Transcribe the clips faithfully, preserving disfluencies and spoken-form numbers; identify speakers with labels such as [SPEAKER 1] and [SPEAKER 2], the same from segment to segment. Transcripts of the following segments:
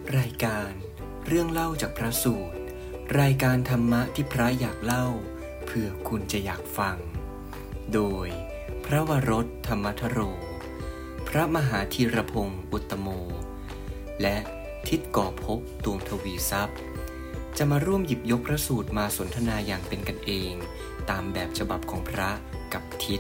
[SPEAKER 1] รายการเรื่องเล่าจากพระสูตรรายการธรรมะที่พระอยากเล่าเพื่อคุณจะอยากฟังโดยพระวรถธรรมทโรพระมหาธีรพงศ์อุตตโมและทิศก่อภพดวงทวีทรัพย์จะมาร่วมหยิบยกพระสูตรมาสนทนาอย่างเป็นกันเองตามแบบฉบับของพระกับทิศ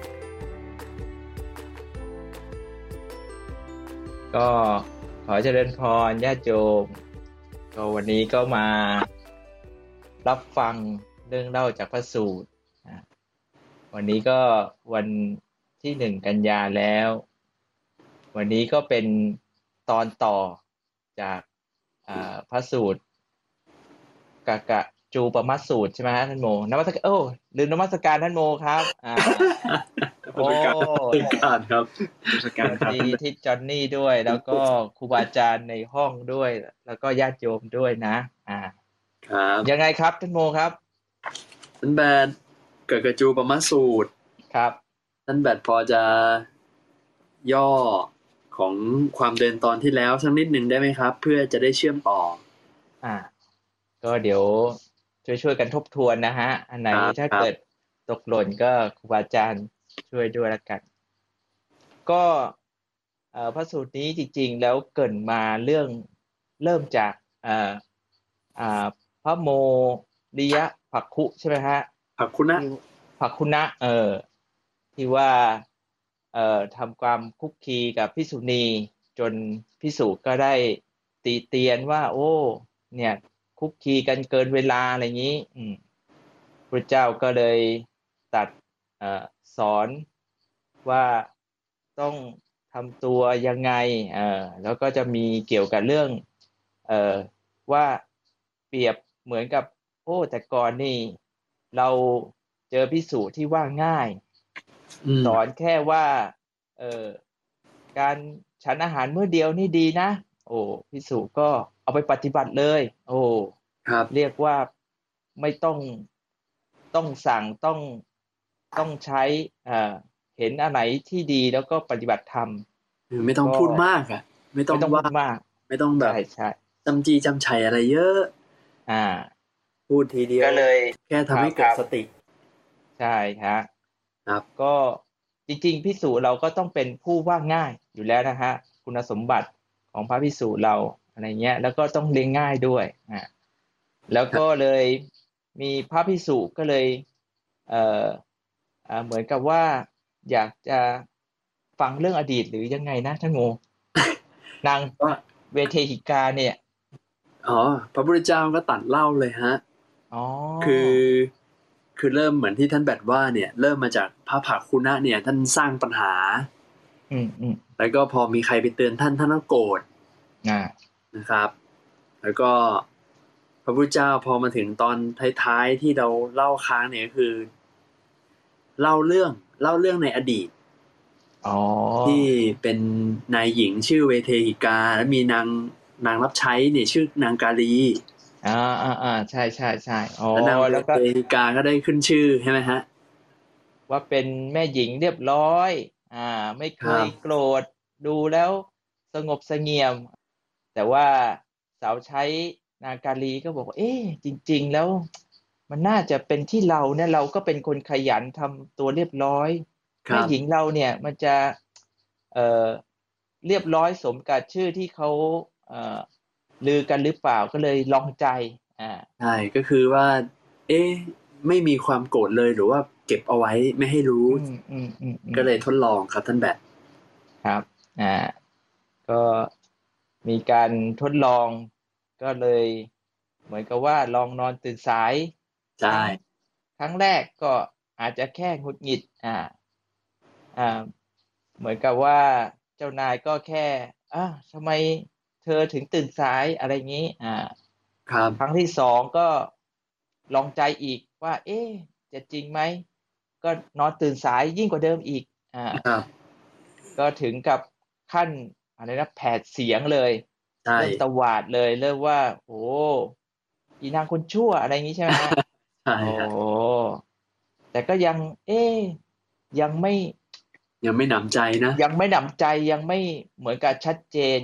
[SPEAKER 2] ก็ขอเจริญพรญาติโยมก็วันนี้ก็มารับฟังเรื่องเล่าจากพระสูตรวันนี้ก็วันที่หนึ่งกันยาแล้ววันนี้ก็เป็นตอนต่อจากพระสูตรกะกะจูปมัสสูตรใช่ไหมฮะท่านโมนมัสการโอ้ลืมนมัสการท่านโมครับอ่า
[SPEAKER 3] โอ้นมัสการครับนมัสการครับ
[SPEAKER 2] มีที่จอนนี่ด้วยแล้วก็ครูบาอาจารย์ในห้องด้วยแล้วก็ญาติโยมด้วยนะอ่า
[SPEAKER 3] ครับ
[SPEAKER 2] ยังไงครับท่านโมครับ
[SPEAKER 3] ท่านแบดกะกะจูปมัสสูตร
[SPEAKER 2] ครับ
[SPEAKER 3] ท่านแบดพอจะย่อของความเดินตอนที่แล้วสักนิดหนึ่งได้ไหมครับเพื่อจะได้เชื่อมต่อ
[SPEAKER 2] อ่าก็เดี๋ยวช่วยๆกันทบทวนนะฮะอันไหนถ้าเกิดตกหล่นก็ครูบาอาจารย์ช่วยด้วยละกันก็เอ่อพระสูตรนี้จริงๆแล้วเกริ่นมาเรื่องเริ่มจากเอ่ออ่าพระโมริยะภักคุใช่ไหมฮะ
[SPEAKER 3] ภักคุนะ
[SPEAKER 2] ภักคุนะเออที่ว่าเอ่อทำความคุกคีกับภิกษุณีจนภิกษุก็ได้ตีเตียนว่าโอ้เนี่ยคุกคีกันเกินเวลาอะไรอย่างนี้อืมพระเจ้าก็เลยตัดเอ่อสอนว่าต้องทำตัวยังไงเอ่อแล้วก็จะมีเกี่ยวกับเรื่องเอ่อว่าเปรียบเหมือนกับโอ้แต่ก่อนนี่เราเจอภิกษุที่ว่าง่ายสอนแค่ว่าเอ่อการฉันอาหารมื้อเดียวนี่ดีนะโอ้ภิกษุก็เอาไปปฏิบัติเลยโอ้
[SPEAKER 3] ครับ
[SPEAKER 2] เรียกว่าไม่ต้องต้องสั่งต้องต้องใช้อ่าเห็นอันไหนที่ดีแล้วก็ปฏิบัติธรรม
[SPEAKER 3] ไม่ต้องพูดมากอ่ะไม่ต้อง
[SPEAKER 2] พูดมาก
[SPEAKER 3] ไม่ต้องแบบจำจีจำชัยอะไรเยอะ
[SPEAKER 2] อ่า
[SPEAKER 3] พูดทีเดียว
[SPEAKER 2] ก็เลย
[SPEAKER 3] แค่ทำให้เกิดสติ
[SPEAKER 2] ใช่ครับ
[SPEAKER 3] ครับ
[SPEAKER 2] ก็จริงๆภิกษุเราก็ต้องเป็นผู้ว่าง่ายอยู่แล้วนะฮะคุณสมบัติของพระภิกษุเราอะไรเงี้ยแล้วก็ต้องเลี้ยงง่ายด้วยอ่าแล้วก็เลยมีพระภิกษุก็เลยเอ่ออ่าเหมือนกับว่าอยากจะฟังเรื่องอดีตหรือยังไงนะท่านโมนางเวเทหิกาเนี่ย
[SPEAKER 3] อ๋อพระพุทธเจ้าก็ตัดเล่าเลยฮะ
[SPEAKER 2] อ๋อ
[SPEAKER 3] คือคือเริ่มเหมือนที่ท่านแบดว่าเนี่ยเริ่มมาจากพระภักคุนะเนี่ยท่านสร้างปัญหา
[SPEAKER 2] อืมอืม
[SPEAKER 3] แล้วก็พอมีใครไปเตือนท่านท่านก็โกรธ
[SPEAKER 2] อ่า
[SPEAKER 3] นะครับแล้วก็พระพุทธเจ้าพอมาถึงตอนท้ายๆที่เราเล่าค้างเนี่ยคือเล่าเรื่องเล่าเรื่องในอดีต
[SPEAKER 2] อ๋อ
[SPEAKER 3] ที่เป็นนายหญิงชื่อเวเทหิกาและมีนางนางรับใช้เนี่ยชื่อนางกาลี
[SPEAKER 2] อ่าอ่าอ่าใช่ใช่ใช่อ๋อ
[SPEAKER 3] แล้วนางเวเทหิกาก็ได้ขึ้นชื่อใช่ไหมฮะ
[SPEAKER 2] ว่าเป็นแม่หญิงเรียบร้อยอ่าไม่เคยโกรธดูแล้วสงบเสงี่ยมแต่ว่าสาวใช้นางกาลีก็บอกว่าเอ๊ะจริงๆแล้วมันน่าจะเป็นที่เราเนี่ยเราก็เป็นคนขยันทำตัวเรียบร้อยแม่หญิงเราเนี่ยมันจะเอ่อเรียบร้อยสมกับชื่อที่เขาเอ่อลือกันหรือเปล่าก็เลยลองใจอ่า
[SPEAKER 3] ใช่ก็คือว่าเอ๊ะไม่มีความโกรธเลยหรือว่าเก็บเอาไว้ไม่ให้รู้ก็เลยทดลองครับท่านแบด
[SPEAKER 2] ครับอ่าก็มีการทดลองก็เลยเหมือนกับว่าลองนอนตื่นสาย
[SPEAKER 3] ใช่
[SPEAKER 2] ครั้งแรกก็อาจจะแค่หงุดหงิดอ่าอ่าเหมือนกับว่าเจ้านายก็แค่อ่ะทำไมเธอถึงตื่นสายอะไรอย่างนี้อ่า
[SPEAKER 3] ครับ
[SPEAKER 2] ครั้งที่สองก็ลองใจอีกว่าเอ๊ะจะจริงไหมก็นอนตื่นสายยิ่งกว่าเดิมอีกอ่าก็ถึงกับขั้นอะไรนะแผดเสียงเลยเริ่มตวาดเลยเริ่มว่าโอ้อีนางคนชั่วอะไรอย่างนี้ใช่ไหมฮะ
[SPEAKER 3] ใช่
[SPEAKER 2] โอ้แต่ก็ยังเอ๊ยยังไม่
[SPEAKER 3] ยังไม่หนำใจนะ
[SPEAKER 2] ยังไม่หนำใจยังไม่เหมือนกับชัดเจน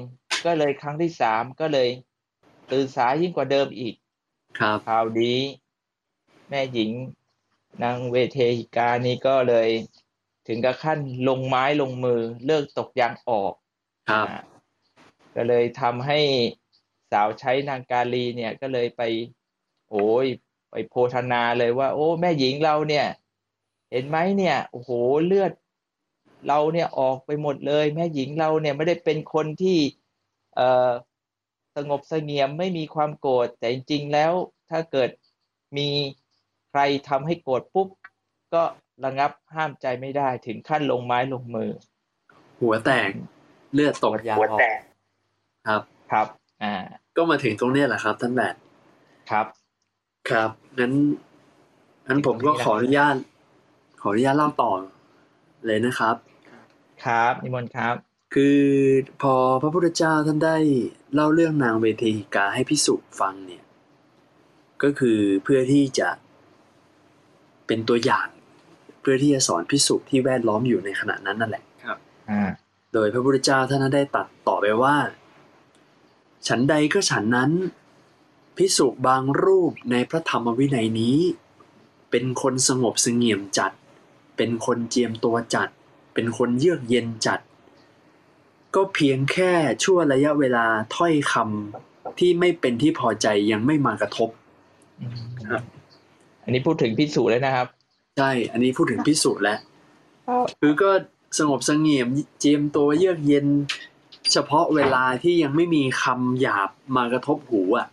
[SPEAKER 2] ก็เลยครั้งที่สามก็เลยตื่นสายยิ่งกว่าเดิมอีก
[SPEAKER 3] ครับ
[SPEAKER 2] คราวนี้แม่หญิงนางเวเทหิกานี่ก็เลยถึงกับขั้นลงไม้ลงมือเลิกตกยางออก
[SPEAKER 3] ครับ
[SPEAKER 2] ก็เลยทำให้สาวใช้นางกาลีเนี่ยก็เลยไปโอ้ยไปโพธนาเลยว่าโอ้แม่หญิงเราเนี่ยเห็นไหมเนี่ยโอ้โหเลือดเราเนี่ยออกไปหมดเลยแม่หญิงเราเนี่ยไม่ได้เป็นคนที่เอ่อสงบเสงี่ยมไม่มีความโกรธแต่จริงๆแล้วถ้าเกิดมีใครทำให้โกรธปุ๊บก็ระงับห้ามใจไม่ได้ถึงขั้นลงไม้ลงมือ
[SPEAKER 3] หัวแตกเลือดตกยางออกครับ
[SPEAKER 2] ครับอ่า
[SPEAKER 3] ก็มาถึงตรงนี้แหละครับท่านแบด
[SPEAKER 2] ครับ
[SPEAKER 3] ครับงั้นงั้นผมก็ขออนุญาตขออนุญาตเล่าต่อเลยนะครับ
[SPEAKER 2] ครับนิมนต์ครับ
[SPEAKER 3] คือพอพระพุทธเจ้าท่านได้เล่าเรื่องนางเวเทหิกาให้ภิกษุฟังเนี่ยก็คือเพื่อที่จะเป็นตัวอย่างเพื่อที่จะสอนภิกษุที่แวดล้อมอยู่ในขณะนั้นนั่นแหละ
[SPEAKER 2] ครับอ่า
[SPEAKER 3] โดยพระพุทธเจ้าท่านได้ตรัสต่อไปว่าฉันใดก็ฉันนั้นภิกษุบางรูปในพระธรรมวินัยนี้เป็นคนสงบเสงี่ยมจัดเป็นคนเจียมตัวจัดเป็นคนเยือกเย็นจัดก็เพียงแค่ชั่วระยะเวลาถ้อยคำที่ไม่เป็นที่พอใจยังไม่มากระทบ
[SPEAKER 2] ครับอันนี้พูดถึงภิกษุเลยนะครับ
[SPEAKER 3] ใช่อันนี้พูดถึงภิกษุแล้วคือก็สงบเสงี่ยมเจียมตัวเยือกเย็นเฉพาะเวลาที่ยังไม่มีคำหยาบมากระทบหูอ่ะ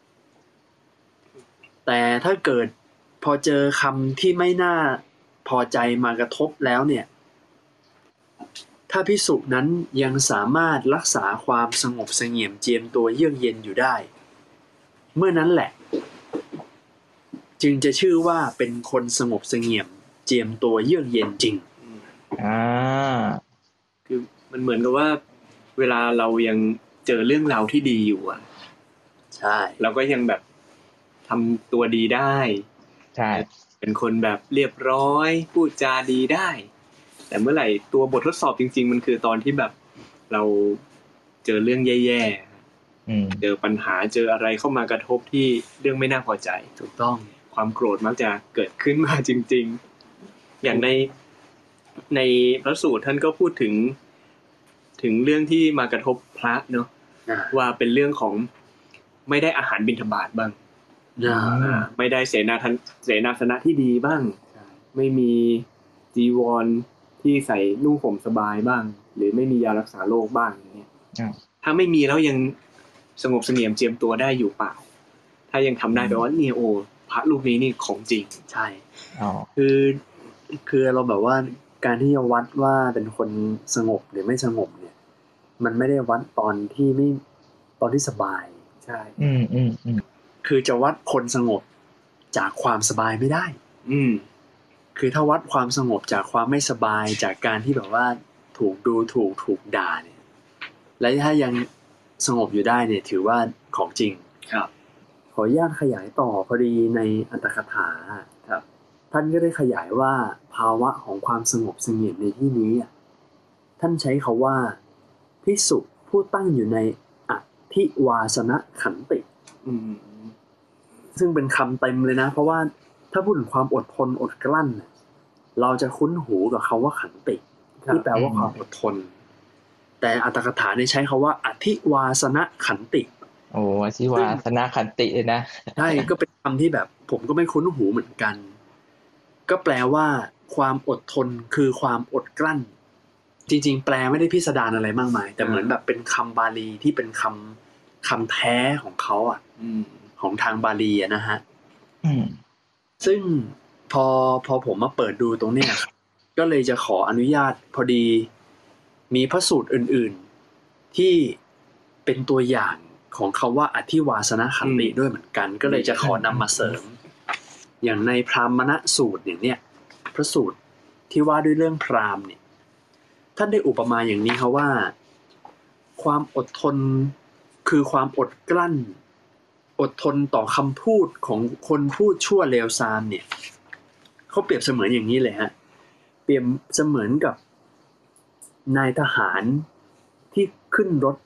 [SPEAKER 3] แต่ถ้าเกิดพอเจอคำที่ไม่น่าพอใจมากระทบแล้วเนี่ยถ้าภิกษุนั้นยังสามารถรักษาความสงบเสงี่ยมเจียมตัวเยือกเย็นอยู่ได้เมื่อนั้นแหละจึงจะชื่อว่าเป็นคนสงบเสงี่ยมเจียมตัวเยือกเย็นจริง
[SPEAKER 2] อ่า
[SPEAKER 1] คือมันเหมือนกับว่าเวลาเรายังเจอเรื่องราวที่ดีอยู่อ่ะ
[SPEAKER 3] ใช่
[SPEAKER 1] เราก็ยังแบบทำตัวดีได้
[SPEAKER 2] ใช่
[SPEAKER 1] เป็นคนแบบเรียบร้อยพูดจาดีได้แต่เมื่อไหร่ตัวบททดสอบจริงๆมันคือตอนที่แบบเราเจอเรื่องแย่ๆเจอปัญหาเจออะไรเข้ามากระทบที่เรื่องไม่น่าพอใจ
[SPEAKER 3] ถูกต้อง
[SPEAKER 1] ความโกรธมักจะเกิดขึ้นมาจริงๆอย่างในในพระสูตรท่านก็พูดถึงถึงเรื่องที่มากระทบพระเนาะว่าเป็นเรื่องของไม่ได้อาหารบิณฑบาตบ้างไม่ได้เสนาเสนาสนะที่ดีบ้างไม่มีจีวรที่ใส่นุ่งห่มสบายบ้างหรือไม่มียารักษาโรคบ้างอย่างเงี้ยถ้าไม่มีแล้วยังสงบเสงี่ยมเจียมตัวได้อยู่เปล่าถ้ายังทำได้แปลว่าเนี่ยโอพระรูปนี้นี่ของจริง
[SPEAKER 3] ใช่คือคือเราแบบว่าการที่จะวัดว่าเป็นคนสงบหรือไม่สงบเนี่ยมันไม่ได้วัดตอนที่ไม่ตอนที่สบาย
[SPEAKER 1] ใช่
[SPEAKER 2] อืมอืมอืม
[SPEAKER 3] คือจะวัดคนสงบจากความสบายไม่ได้
[SPEAKER 1] อืม
[SPEAKER 3] คือถ้าวัดความสงบจากความไม่สบายจากการที่แบบว่าถูกดูถูกถูกด่าเนี่ยและถ้ายังสงบอยู่ได้เนี่ยถือว่าของจริง
[SPEAKER 1] ครับ
[SPEAKER 3] ขออนุญาตขยายต่อพอดีในอัตถกถา
[SPEAKER 1] ครับ
[SPEAKER 3] ท่านก็ได้ขยายว่าภาวะของความสงบเสงี่ยมในที่นี้ท่านใช้คำว่าภิกษุผู้ตั้งอยู่ในอธิวาสนขันติซึ่งเป็นคำเต็มเลยนะเพราะว่าถ้าพูดถึงความอดทนอดกลั้นเราจะคุ้นหูกับคำว่าขันติที่แปลว่าความอดทนแต่อัตถกถาเนี่ยใช้คำว่าอธิวาสนขันติ
[SPEAKER 2] โอ้อธิวาสนขันติเลยนะ
[SPEAKER 3] ใช่ก็เป็นคำที่แบบผมก็ไม่คุ้นหูเหมือนกันก็แปลว่าความอดทนคือความอดกลั้นจริงๆแปลไม่ได้พิสดารอะไรมากมายแต่เหมือนแบบเป็นคำบาลีที่เป็นคำคำแท้ของเขาอ่ะของทางบาลีอ่ะนะฮะซึ่งพอพอผมมาเปิดดูตรงเนี้ยก็เลยจะขออนุญาตพอดีมีพระสูตรอื่นๆที่เป็นตัวอย่างของคำว่าอธิวาสนขันติด้วยเหมือนกันก็เลยจะขอนำมาเสริมอย่างในพราหมณสูตรอย่างเนี้ยพระสูตรที่ว่าด้วยเรื่องพราหมณ์เนี่ยท่านได้อุปมาอย่างนี้ครับว่าความอดทนคือความอดกลั้นอดทนต่อคำพูดของคนพูดชั่วเลวทรามเนี่ยเขาเปรียบเสมือนอย่างนี้เลยฮะเปรียบเสมือนกับนายทหารที่ขึ้นรถ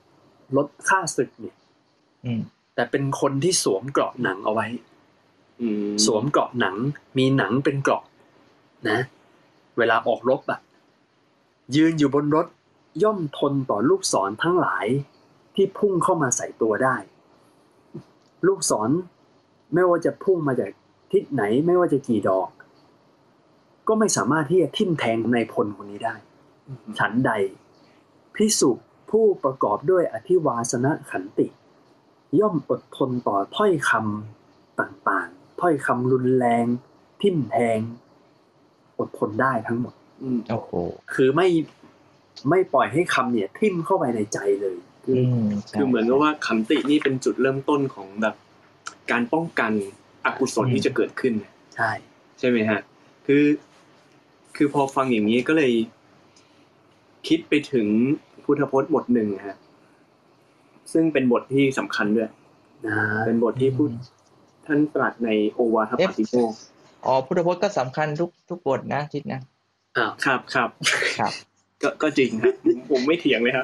[SPEAKER 3] ลดค่าศึกเนี่ย
[SPEAKER 2] อืม
[SPEAKER 3] แต่เป็นคนที่สวมเกราะหนังเอาไว้
[SPEAKER 4] อืม
[SPEAKER 3] สวมเกราะหนังมีหนังเป็นเกราะนะเวลาออกรบอ่ะยืนอยู่บนรถย่อมทนต่อลูกศรทั้งหลายที่พุ่งเข้ามาใส่ตัวได้ ลูกศรไม่ว่าจะพุ่งมาจากทิศไหนไม่ว่าจะกี่ดอกก็ไม่สามารถที่จะทิ่มแทงในพลคนนี้ได้ฉันใดภิกษุผู้ประกอบด้วยอธิวาสนขันติย่อมอดทนต่อถ้อยคำต่างๆถ้อยคำรุนแรงทิ่มแทงอดทนได้ทั้งหมด
[SPEAKER 4] อืม
[SPEAKER 2] โอ้โห
[SPEAKER 3] คือไม่ไม่ปล่อยให้คำเนี่ยทิ่มเข้าไปในใจเลยคือ
[SPEAKER 2] อืม
[SPEAKER 4] คือเหมือนกับว่าขันตินี่เป็นจุดเริ่มต้นของแบบการป้องกันอกุศลที่จะเกิดขึ้น
[SPEAKER 3] ใช่
[SPEAKER 4] ใช่ไหมฮะคือคือพอฟังอย่างนี้ก็เลยคิดไปถึงพุทธพจน์บทหนึ่งฮะซึ่งเป็นบทที่สำคัญด้วย
[SPEAKER 3] นะ
[SPEAKER 4] เป็นบทที่พูดท่านตรัสในโอวาทปาติโมกข์
[SPEAKER 2] อ๋อพุทธพจน์ก็สำคัญทุกทุกบทนะทิศนะ
[SPEAKER 3] อ้าว
[SPEAKER 4] ครับครับ
[SPEAKER 2] ครับ
[SPEAKER 4] ก็ก็จริงครับผมผมไม่เถียงเลยครับ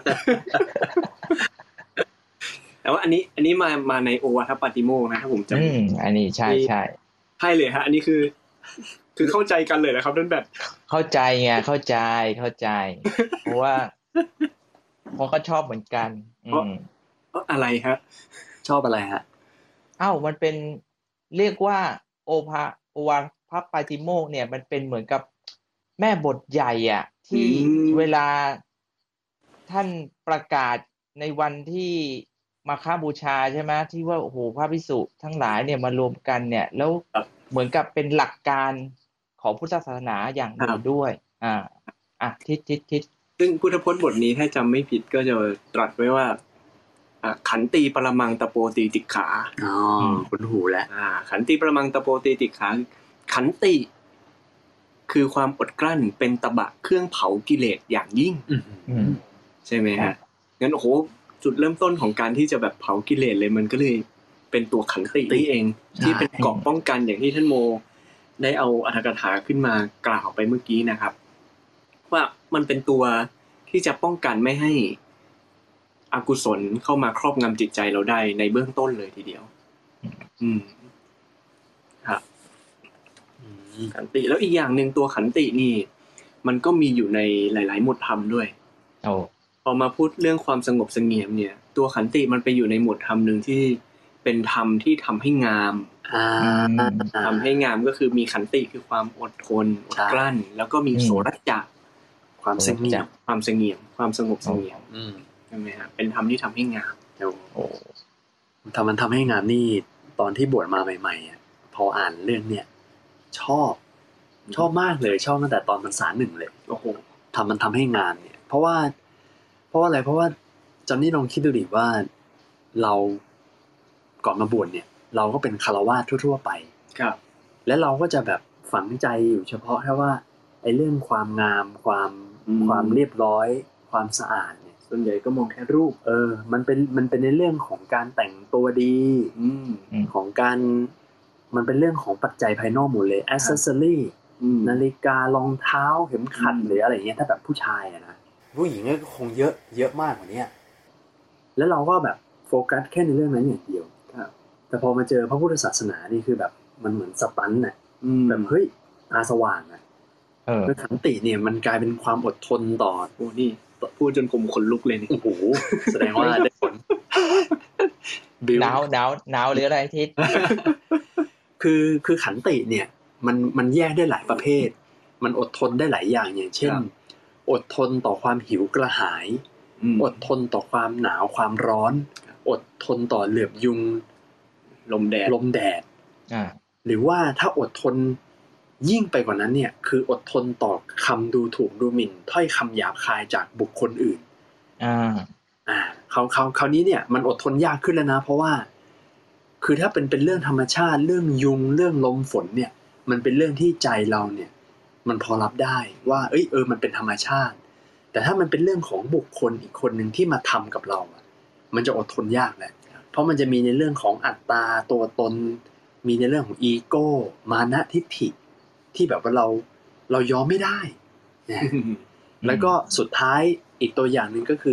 [SPEAKER 4] แต่ว่าอันนี้อันนี้มามาในโอวาทปาติโมกข์นะถ้าผมจำ
[SPEAKER 2] อืมอันนี้ใช่ใช่
[SPEAKER 4] ใช่เลยฮะอันนี้คือ คือเข้าใจกันเลยนะครับท่านแบบ
[SPEAKER 2] เข้าใจไงเข้าใจเข้าใจ เพราะว่าเพราะก็ชอบเหมือนกัน อืม
[SPEAKER 4] เอ้ออะไรฮะ
[SPEAKER 3] ชอบอะไรฮะ
[SPEAKER 2] อ้าวมันเป็นเรียกว่าโอภาโอวาทปาติโมกข์เนี่ยมันเป็นเหมือนกับแม่บทใหญ่อ่ะที่
[SPEAKER 4] อืม
[SPEAKER 2] เวลาท่านประกาศในวันที่มาฆบูชาใช่ไหมที่ว่าโอ้โหพระภิกษุทั้งหลายเนี่ยมารวมกันเนี่ยแล้วเหมือนกับเป็นหลักการของพุทธศาสนาอย่างหนึ่งด้วยอ่าอ่ะทิศทิศทิศ
[SPEAKER 4] ซึ่งพุทธพจน์บทนี้ถ้าจำไม่ผิดก็จะตรัสไว้ว่าอ่าขันติปรมังตโปตีติขา
[SPEAKER 3] อ๋อคุ้นหูแล้ว
[SPEAKER 4] อ่าขันติปรมังตโปตีติขาขันติ คือความอดกลั้นเป็นตบะเครื่องเผากิเลสอย่างยิ่ง
[SPEAKER 3] อืม
[SPEAKER 2] อืม
[SPEAKER 4] ใช่ไหมฮะงั้นโอ้โหจุดเริ่มต้นของการที่จะแบบเผากิเลสเลยมันก็เลยเป็นตัวขันตินี่เอง ที่เป็นเกราะป้องกันอย่างที่ท่านโมได้เอาอรรถกถาขึ้นมากล่าวไปเมื่อกี้นะครับ ว่ามันเป็นตัวที่จะป้องกันไม่ให้อกุศลเข้ามาครอบงำจิตใจเราได้ในเบื้องต้นเลยทีเดียว อืมครับ
[SPEAKER 3] อืม
[SPEAKER 4] ขันติแล้วอีกอย่างหนึ่งตัวขันตินี่ มันก็มีอยู่ในหลายๆหมวดธรรมด้วย
[SPEAKER 2] โอ้
[SPEAKER 4] พอมาพูดเรื่องความสงบเสงี่ยมเนี่ย ตัวขันติมันไปอยู่ในหมวดธรรมหนึ่งที่เป็นธรรมที่ทำให้งาม
[SPEAKER 3] อ่า
[SPEAKER 4] ทำให้งามก็คือมีขันติคือความอดทนอดกลั้น แล้วก็มีโสรัจจะ
[SPEAKER 3] ความเสงี่ยม
[SPEAKER 4] ความเสงี่ยมความสงบเสงี่ยม
[SPEAKER 3] อืม
[SPEAKER 4] ใช่ไหมฮะเป็นธรรมที่ทำให้งาม
[SPEAKER 3] โอ้
[SPEAKER 2] โอ้
[SPEAKER 3] ทำมันทำให้งานนี่ตอนที่บวชมาใหม่ๆอ่ะพออ่านเรื่องเนี่ยชอบชอบมากเลยชอบตั้งแต่ตอนพรรษาหนึ่งเลย
[SPEAKER 4] โอ้โห
[SPEAKER 3] ทำมันทำให้งานเนี่ย เพราะว่า เพราะว่าอะไรเพราะว่าจอนนี่ลองคิดดูดิว่าเราก่อนมาบวชเนี่ย เราก็เป็นคฤหัสถ์ทั่วๆไป
[SPEAKER 4] ครับ
[SPEAKER 3] และเราก็จะแบบฝังใจอยู่เฉพาะแค่ว่าไอ้เรื่องความงามความความเรียบร้อย ความสะอาดเนี่ย
[SPEAKER 4] ส่วนใหญ่ก็มองแค่รูป
[SPEAKER 3] เออ มันเป็นมันเป็นในเรื่องของการแต่งตัวดี
[SPEAKER 4] อืม
[SPEAKER 3] ของการมันเป็นเรื่องของปัจจัยภายนอกหมดเลย accessory
[SPEAKER 4] อืม
[SPEAKER 3] นาฬิการองเท้าเข็มขัด
[SPEAKER 4] อืม
[SPEAKER 3] หรืออะไรอย่างเงี้ยถ้าแบบผู้ชายอะนะผู้หญิงก็คงเยอะเยอะมากกว่านี้แล้วเราก็แบบโฟกัสแค่ในเรื่องนั้นอย่างเดียว
[SPEAKER 4] ครับ
[SPEAKER 3] แต่พอมาเจอพระพุทธศาสนานี่คือแบบมันเหมือนสตันน่ะ
[SPEAKER 4] อืม
[SPEAKER 3] แบบเฮ้ยตาสว่างอ่ะ
[SPEAKER 2] เออ
[SPEAKER 3] คือขันติเนี่ยมันกลายเป็นความอดทนต่อ
[SPEAKER 4] โอ้นี่พูดจนผมขนลุกเลยนี่
[SPEAKER 3] โอ้โหแสดงว่าได้ผลบิว
[SPEAKER 2] หนาวหนาวหนาวหรืออะไรทิศ
[SPEAKER 3] คือคือขันติเนี่ยมันมันแยกได้หลายประเภท มันอดทนได้หลายอย่างอย่างเช่น อดทนต่อความหิวกระหาย
[SPEAKER 4] ม
[SPEAKER 3] อดทนต่อความหนาวความร้อน อดทนต่อเหลือบยุง
[SPEAKER 4] ลมแดด
[SPEAKER 3] ลมแดด
[SPEAKER 2] อ่า
[SPEAKER 3] หรือว่าถ้าอดทนยิ่งไปกว่านั้นเนี่ยคืออดทนต่อคำดูถูกดูหมิ่นถ้อยคำหยาบคายจากบุคคลอื่น
[SPEAKER 2] อ่า
[SPEAKER 3] อ่าเขาเขาคราวนี้เนี่ยมันอดทนยากขึ้นแล้วนะเพราะว่า คือถ้าเป็นเป็นเรื่องธรรมชาติเรื่องยุงเรื่องลมฝนเนี่ย มันเป็นเรื่องที่ใจเราเนี่ย มันพอรับได้ว่า เอ้ยเออมันเป็นธรรมชาติ แต่ถ้ามันเป็นเรื่องของบุคคลอีกคนหนึ่งที่มาทำกับเราอะมันจะอดทนยากแหละเพราะมันจะมีในเรื่องของอัตตาตัวตน มีในเรื่องของอีโก้มานะทิฏฐิที่แบบว่าเราเรายอมไม่ได้นะ แล้วก็สุดท้ายอีกตัวอย่างหนึ่งก็คือ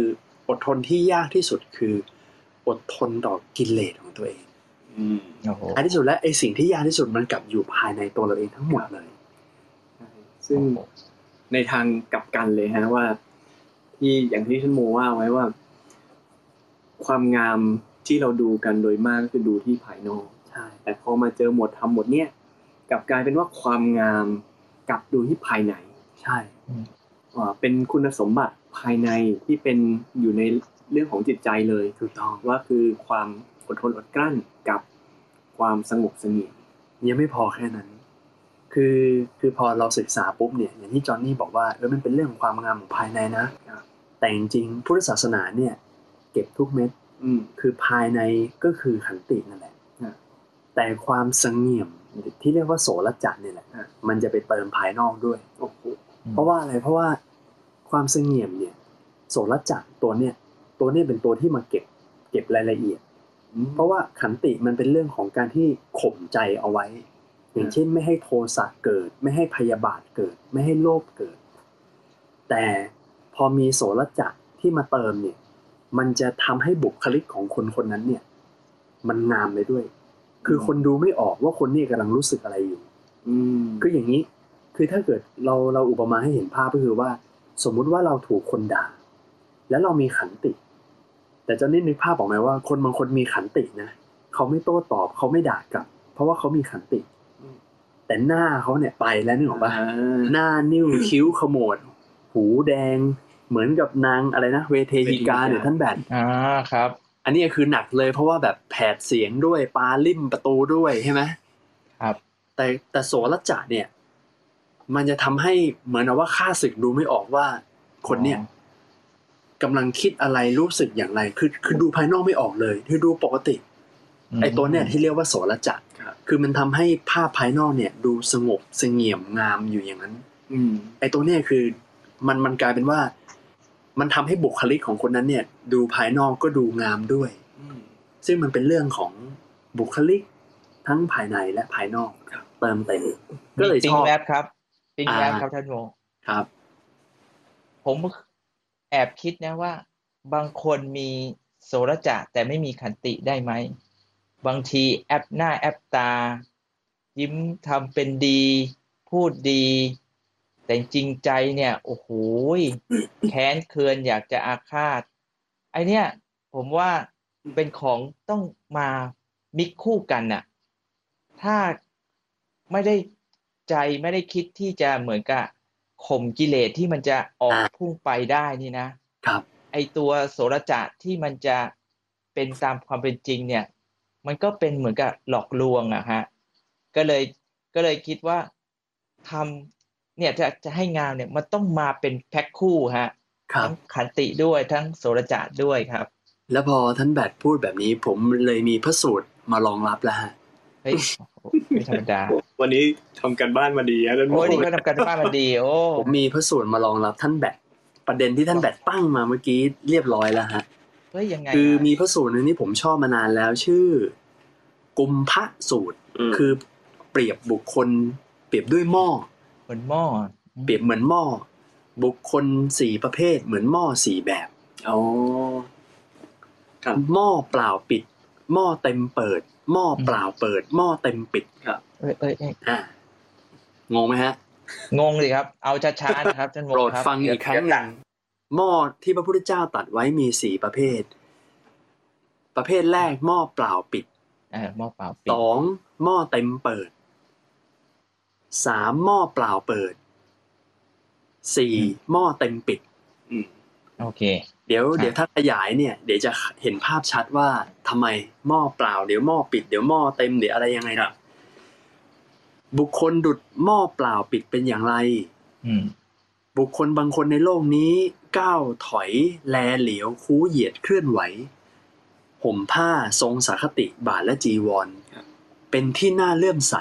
[SPEAKER 3] อดทนที่ยากที่สุดคืออดทนต่อกิเลสของตัวเอง
[SPEAKER 4] อืม
[SPEAKER 2] โอ้โห
[SPEAKER 3] ท้ายที่สุดแล้วไอ้สิ่งที่ยากที่สุดมันกลับอยู่ภายในตัวเราเองทั้งหมดเลย
[SPEAKER 4] ซึ่งในทางกลับกันเลยฮะว่าที่อย่างที่ท่านโมว่าไว้ว่าความงามที่เราดูกันโดยมากก็คือดูที่ภายนอก
[SPEAKER 3] ใช่
[SPEAKER 4] แต่พอมาเจอหมดทำหมดเนี้ยกลับกลายเป็นว่าความงามกลับดูที่ภายใน
[SPEAKER 3] ใช่
[SPEAKER 4] อ่าเป็นคุณสมบัติภายในที่เป็นอยู่ในเรื่องของจิตใจเลย
[SPEAKER 3] ถูกต้อง
[SPEAKER 4] ว่าคือความอดทนอดกลั้นกับความสงบเสงี่ยม
[SPEAKER 3] ยังไม่พอแค่นั้นคือคือพอเราศึกษาปุ๊บเนี่ยอย่างที่จอห์นนี่บอกว่าเออมันเป็นเรื่องของความงามของภายในนะแต่จริงๆพุทธศาสนาเนี่ยเก็บทุกเม็ดคือภายในก็คือขันตินั่นแหละแต่ความสงบที่เรียกว่าโสรจเนี่ยแหละมันจะไปเติมภายนอกด้วยเพราะว่าอะไรเพราะว่าความสงบเนี่ยโสรจตัวเนี่ยตัวนี้เป็นตัวที่มาเก็บเก็บรายละเอียดเพราะว่าขันติมันเป็นเรื่องของการที่ข่มใจเอาไว้อย่างเช่นไม่ให้โทสะเกิดไม่ให้พยาบาทเกิดไม่ให้โลภเกิดแต่พอมีโสรจที่มาเติมเนี่ยมันจะทำให้บุคลิกของคนคนนั้นเนี่ยมันงามเลยด้วยคือคนดูไม่ออกว่าคนนี้กำลังรู้สึกอะไรอยู่คืออย่างนี้คือถ้าเกิดเราเราอุปมาให้เห็นภาพก็คือว่าสมมุติว่าเราถูกคนด่าแล้วเรามีขันติแต่จะนึกภาพออกไหมว่าคนบางคนมีขันตินะเขาไม่โต้ตอบเขาไม่ด่ากลับเพราะว่าเขามีขันติแต่หน้าเขาเนี่ยไปแล้วนึกออกป่ะหน้านิ้วคิ้วขมวดหูแดงเหมือนกับนางอะไรนะเวเทหิกาเนี่ยท่านแบบ
[SPEAKER 2] อ่าครับ
[SPEAKER 3] อันนี้คือหนักเลยเพราะว่าแบบแผดเสียงด้วยปาลิ่มประตูด้วยใช่ไหม
[SPEAKER 2] ครับ
[SPEAKER 3] แต่แต่โสรจเนี่ยมันจะทำให้เหมือนว่าข้าศึกดูไม่ออกว่าคนเนี่ยกำลังคิดอะไรรู้สึกอย่างไรคือคือดูภายนอกไม่ออกเลยคือดูปกติไอ้ตัวเนี่ยที่เรียกว่าโสรจคือมันทำให้ภาพภายนอกเนี่ยดูสงบเสงี่ยมงามอยู่อย่างนั้นไอ้ตัวเนี่ยคือมันมันกลายเป็นว่ามันทำให้บุคลิกของคนนั้นเนี่ยดูภายนอกก็ดูงามด้วยซึ่งมันเป็นเรื่องของบุคลิกทั้งภายในและภายนอกเติมเต็มก็เลยชอบ
[SPEAKER 2] แวบครับปิ๊งแวบครับท่านโม
[SPEAKER 3] ครับ
[SPEAKER 2] ผมแอบคิดนะว่าบางคนมีโสรจแต่ไม่มีขันติได้ไหมบางทีแอปหน้าแอปตายิ้มทำเป็นดีพูดดีแต่จริงใจเนี่ยโอ้โหแค้นเคืองอยากจะอาฆาตไอเนี้ยผมว่าเป็นของต้องมามิกคู่กันน่ะถ้าไม่ได้ใจไม่ได้คิดที่จะเหมือนกับข่มกิเลสที่มันจะออกพุ่งไปได้นี่นะครับไอตัวโสรจที่มันจะเป็นตามความเป็นจริงเนี่ยมันก็เป็นเหมือนกับหลอกลวงอะฮะก็เลยก็เลยคิดว่าทำเนี่ยจะจะให้งามเนี่ยมันต้องมาเป็นแพ็คคู่ฮะทั้งขันติด้วยทั้งโสรจด้วยครับ
[SPEAKER 3] แล้วพอท่านแบดพูดแบบนี้ผมเลยมีพระสูตรมารองรับแล้วฮะ
[SPEAKER 2] เฮ้ยไม่ธรรมดา
[SPEAKER 4] วันนี้ทำกันบ้านมาดีนะท่าน
[SPEAKER 2] โอ้นี่ก็ทำกันบ้านมาดีโอ้
[SPEAKER 3] ผมมีพระสูตรมารองรับท่านแบดประเด็นที่ท่านแบดตั้งมาเมื่อกี้เรียบร้อยแล้วฮะ
[SPEAKER 2] เฮ้ยยังไง
[SPEAKER 3] คือมีพระสูตรนึงที่ผมชอบมานานแล้วชื่อกุมภสูตรคือเปรียบบุคคลเปรียบด้วยหม้อ
[SPEAKER 2] เหมือนหม้อ
[SPEAKER 3] เปรียบเหมือนหม้อบุคคลสี่ประเภทเหมือนหม้อสี่แบบ
[SPEAKER 4] อ๋อ
[SPEAKER 3] ครับหม้อเปล่าปิดหม้อเต็มเปิดหม้อเปล่าเปิดหม้อเต็มปิด
[SPEAKER 2] ครับเอ้ยเอ้ย
[SPEAKER 3] อ่ะงงไหมฮะ
[SPEAKER 2] งงเลยครับเอาช้าๆนะครับท่านโมครับ
[SPEAKER 3] โปรดฟังอีกครั้งหนึ่งหม้อที่พระพุทธเจ้าตรัสไว้มีสี่ประเภทประเภทแรกหม้อเปล่าปิด
[SPEAKER 2] เออหม้อเปล่าปิด
[SPEAKER 3] สองหม้อเต็มเปิดสามหม้อเปล่าเปิดสี่หม้อเต็มปิด
[SPEAKER 2] อืมโอเค
[SPEAKER 3] เดี๋ยวเดี๋ยวถ้าขยายเนี่ยเดี๋ยวจะเห็นภาพชัดว่าทำไมหม้อเปล่าเดี๋ยวหม้อปิดเดี๋ยวหม้อเต็มเดี๋ยวอะไรยังไงล่ะบุคคลดุจหม้อเปล่าปิดเป็นอย่างไร
[SPEAKER 2] อืม
[SPEAKER 3] บุคคลบางคนในโลกนี้ก้าวถอยแลเหลียวคู้เหยียดเคลื่อนไหวห่มผ้าทรงสาคติบาทและจีวรเป็นที่น่าเลื่อมใส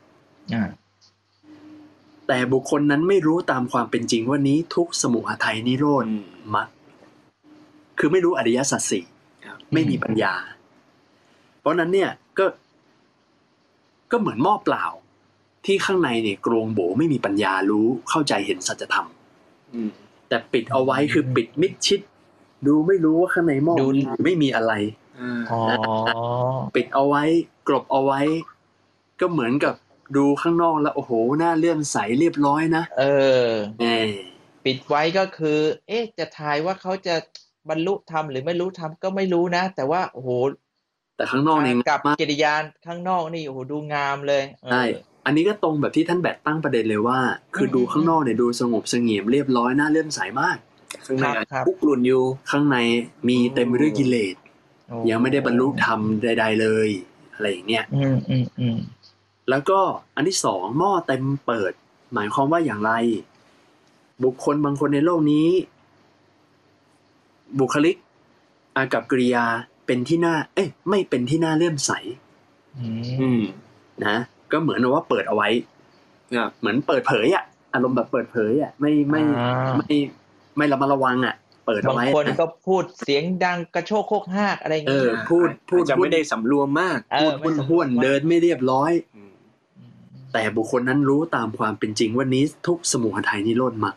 [SPEAKER 3] แต่บุคคลนั้นไม่รู้ตามความเป็นจริงว่านี้ทุกสมุทัยนิโรธมรรคคือไม่รู้อริยสัจสี่ไม่มีปัญญาเพราะนั้นเนี่ยก็ก็เหมือนหม้อเปล่าที่ข้างในเนี่ยกรวงโบไม่มีปัญญารู้เข้าใจเห็นสัจธรรมแต่ปิดเอาไว้คือปิดมิดชิดดูไม่รู้ว่าข้างในหม้อไม่มีอะไร
[SPEAKER 2] อ๋อ
[SPEAKER 3] ปิดเอาไว้กลบเอาไว้ก็เหมือนกับดูข้างนอกแล้วโอ้โหหน้าเลื่อมใสเรียบร้อยนะ
[SPEAKER 2] เออ
[SPEAKER 3] เออ
[SPEAKER 2] ปิดไว้ก็คือเอ๊ะจะทายว่าเขาจะบรรลุธรรมหรือไม่รู้ธรรมก็ไม่รู้นะแต่ว่าโอ้โห
[SPEAKER 3] แต่ข้างนอกนี่
[SPEAKER 2] กับกิริยาข้างนอกนี่โอ้โหดูงามเลย
[SPEAKER 3] ใช่อันนี้ก็ตรงแบบที่ท่านแบทตั้งประเด็นเลยว่าคือดูข้างนอกเนี่ยดูสงบเสงี่ยมเรียบร้อยน่าเลื่อมใสมาก
[SPEAKER 4] ข้างในคุกรุ่นอยู่
[SPEAKER 3] ข้างในมีเต็มไปด้วยกิเลสยังไม่ได้บรรลุธรรมใดๆเลยอะไรอย่างเงี้ย
[SPEAKER 2] อืมอืมอืม
[SPEAKER 3] แล้วก็อันที่สองหม้อเต็มเปิดหมายความว่าอย่างไรบุคคลบางคนในโลกนี้บุคลิกอากับกริยาเป็นที่น่าเอ้ยไม่เป็นที่น่าเลื่อมใส
[SPEAKER 2] อืม
[SPEAKER 3] นะก็เหมือนว่าเปิดเอาไว้เหมือนเปิดเผยอ่ะอารมณ์แบบเปิดเผยอ่ะไม่ไม่ไม่ไม่ระมัดระวังอ่ะเปิดเอาไว้
[SPEAKER 2] บางคนก็พูดเสียงดังกระโชกโคกฮากอะไรอย่างเงี้ย
[SPEAKER 3] พูดพูด
[SPEAKER 4] จะไม่ได้สำรวมมาก
[SPEAKER 3] พูดพุ่นห้วนเดินไม่เรียบร้อยแต่บุคคลนั้นรู้ตามความเป็นจริงว่านี้ทุกสมุทัยนิโรธมรรค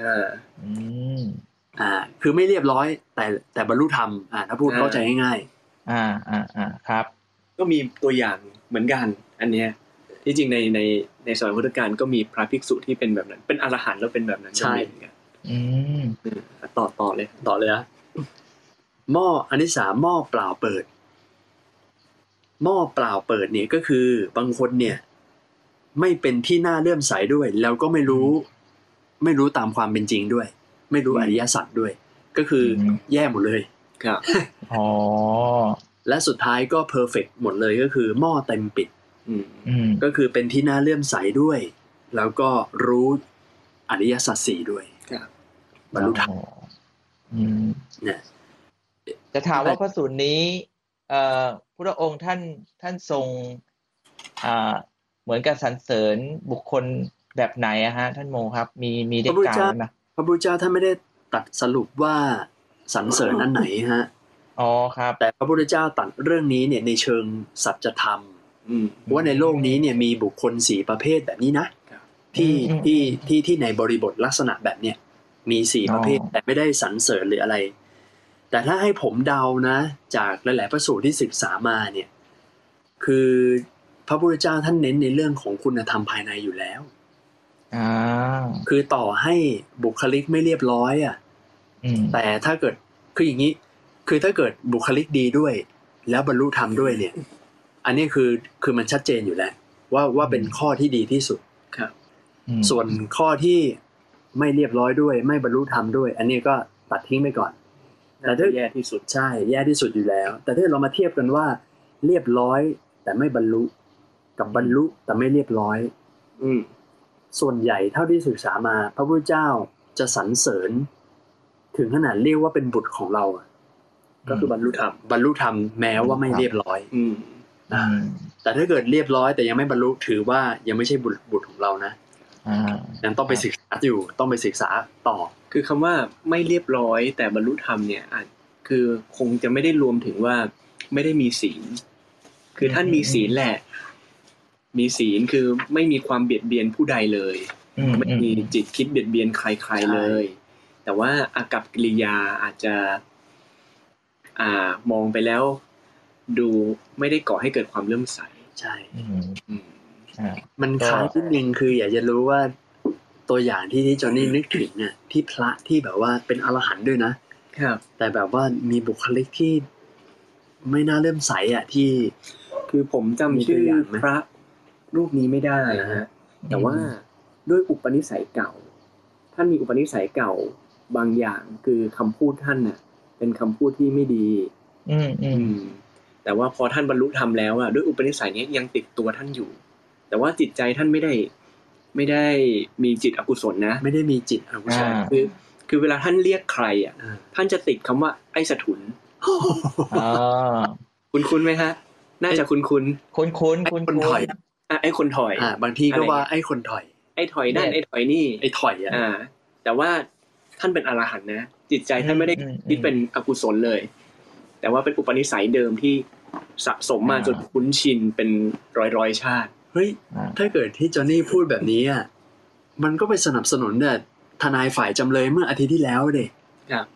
[SPEAKER 3] อ่าคือไม่เรียบร้อยแต่แต่บรรลุธรรมอ่าถ้าพูดเข้าใจง่าย
[SPEAKER 2] ๆอ่าอ่าอ่าครับ
[SPEAKER 4] ก็มีตัวอย่างเหมือนกันอันเนี้ยที่จริงในในในสมัยพุทธกาลก็มีพระภิกษุที่เป็นแบบนั้นเป็นอรหันต์แล้วเป็นแบบนั้น
[SPEAKER 3] ใช่
[SPEAKER 2] อืม
[SPEAKER 4] ต่อต่อเลย
[SPEAKER 3] ต่อเลยนะหม้ออันที่สามหม้อเปล่าเปิดหม้อเปล่าเปิดเนี่ยก็คือบางคนเนี่ยไม่เป็นที่น่าเลื่อมใสด้วยแล้วก็ไม่รู้ไม่รู้ตามความเป็นจริงด้วยไม่รู้อริยสัจด้วยก็คือแย่หมดเลย
[SPEAKER 4] ครับ
[SPEAKER 2] อ๋อ
[SPEAKER 3] และสุดท้ายก็เพอร์เฟคหมดเลยก็คือหม้อเต็มปิดก็คือเป็นที่น่าเลื่อมใสด้วยแล้วก็รู้อริยสัจสี่ด้วยบรรลุธรรมเนี่ย
[SPEAKER 2] จะถามว่าพระสูตรนี้เอ่อพระองค์ท่านท่านทรงอ่าเหมือนกับสรรเสริญบุคคลแบบไหนอะฮะท่านโมครับมีมีได้กล่าวนะ
[SPEAKER 3] พระพุทธเจ้าท่านไม่ได้ตัดสรุปว่าสรรเสริญอันไหนฮะ
[SPEAKER 2] อ๋อครับ
[SPEAKER 3] แต่พระพุทธเจ้าตัดเรื่องนี้เนี่ยในเชิงสัจธรรมว่าในโลกนี้เนี่ยมีบุคคลสี่ประเภทแบบนี้นะที่ที่ที่ที่ในบริบทลักษณะแบบเนี้ยมีสี่ประเภทแต่ไม่ได้สรรเสริญหรืออะไรแต่ถ้าให้ผมเดานะจากหลายๆพระสูตรที่ศึกษามาเนี่ยคือพระพุทธเจ้าท่านเน้นในเรื่องของคุณธรรมภายในอยู่แล้ว
[SPEAKER 2] อ่า
[SPEAKER 3] คือต่อให้บุคลิกไม่เรียบร้อยอ่ะแต่ถ้าเกิดคืออย่างนี้คือถ้าเกิดบุคลิกดีด้วยแล้วบรรลุธรรมด้วยเนี่ยอันนี้คือคือมันชัดเจนอยู่แล้วว่าว่าเป็นข้อที่ดีที่สุด
[SPEAKER 4] ครับ
[SPEAKER 3] ส่วนข้อที่ไม่เรียบร้อยด้วยไม่บรรลุธรรมด้วยอันนี้ก็ตัดทิ้งไปก่อน
[SPEAKER 4] แต่ถ้าแย่ที่สุด
[SPEAKER 3] ใช่แย่ที่สุดอยู่แล้วแต่ถ้าเรามาเทียบกันว่าเรียบร้อยแต่ไม่บรรลุกับบรรลุแต่ไม่เรียบร้อย
[SPEAKER 4] อืม
[SPEAKER 3] ส่วนใหญ่เท่าที่ศึกษามาพระพุทธเจ้าจะสรรเสริญถึงขนาดเรียกว่าเป็นบุตรของเรา
[SPEAKER 4] ก็คือบรรลุธรรม
[SPEAKER 3] บรรลุธรรมแม้ว่าไม่เรียบร้อย
[SPEAKER 4] อืม
[SPEAKER 3] อ่าแต่ถ้าเกิดเรียบร้อยแต่ยังไม่บรรลุถือว่ายังไม่ใช่บุตรบุตรของเรานะ
[SPEAKER 2] อ่า
[SPEAKER 3] ยังต้องไปศึกษาอยู่ต้องไปศึกษาต่อ
[SPEAKER 4] คือคำว่าไม่เรียบร้อยแต่บรรลุธรรมเนี่ยอาจคือคงจะไม่ได้รวมถึงว่าไม่ได้มีศีลคือท่านมีศีลแหละมีศีลคือไม่มีความเบียดเบียนผู้ใดเลยไม่มีจิตคิดเบียดเบียนใครๆเลยแต่ว่าอากัปกิริยาอาจจะอ่ามองไปแล้วดูไม่ได้ก่อให้เกิดความเลื่อมใส
[SPEAKER 3] ใช่มันคล้ายนิดนึงคืออยากจะรู้ว่าตัวอย่างที่ที่จอห์นนี่นึกถึงเนี่ยที่พระที่แบบว่าเป็นอรหันต์ด้วยนะครับแต่แบบว่ามีบุคลิกที่ไม่น่าเลื่อมใสอ่ะที่
[SPEAKER 4] คือผมจำชื่อพระรูปนี้ไม่ได้นะฮะแต่ว่าด้วยอุปนิสัยเก่าท่านมีอุปนิสัยเก่าบางอย่างคือคำพูดท่านน่ะเป็นคำพูดที่ไม่ดี
[SPEAKER 2] อืมอืม
[SPEAKER 4] แต่ว่าพอท่านบรรลุธรรมแล้วอ่ะด้วยอุปนิสัยนี้ยังติดตัวท่านอยู่แต่ว่าจิตใจท่านไม่ได้ไม่ได้มีจิตอกุศลนะ
[SPEAKER 3] ไม่ได้มีจิตอกุศล
[SPEAKER 4] คือคือเวลาท่านเรียกใครอ่ะท่านจะติดคำว่าไอ้สถุน
[SPEAKER 2] อ๋อ
[SPEAKER 4] คุ้นๆไหมฮะน่าจะคุ้นๆ
[SPEAKER 2] คุ้นๆคุ้น
[SPEAKER 3] คนถอย
[SPEAKER 4] อ่ะไอ้คนถอย
[SPEAKER 3] อ่าบางทีก็ว่าไอ้คนถอย
[SPEAKER 4] ไอ้ถอยนั่นไอ้ถอยนี่
[SPEAKER 3] ไอ้ถอย
[SPEAKER 4] อ่าแต่ว่าท่านเป็นอรหันต์นะจิตใจท่านไม่ได้คิดเป็นอกุศลเลยแต่ว่าเป็นอุปนิสัยเดิมที่สะสมมาจนคุ้นชินเป็นร้อยๆชาติ
[SPEAKER 3] เฮ้ยถ้าเกิดที่จอห์นนี่พูดแบบนี้อ่ะมันก็ไปสนับสนุนเนี่ยทนายฝ่ายจำเลยเมื่ออาทิตย์ที่แล้วเด้
[SPEAKER 4] ครับ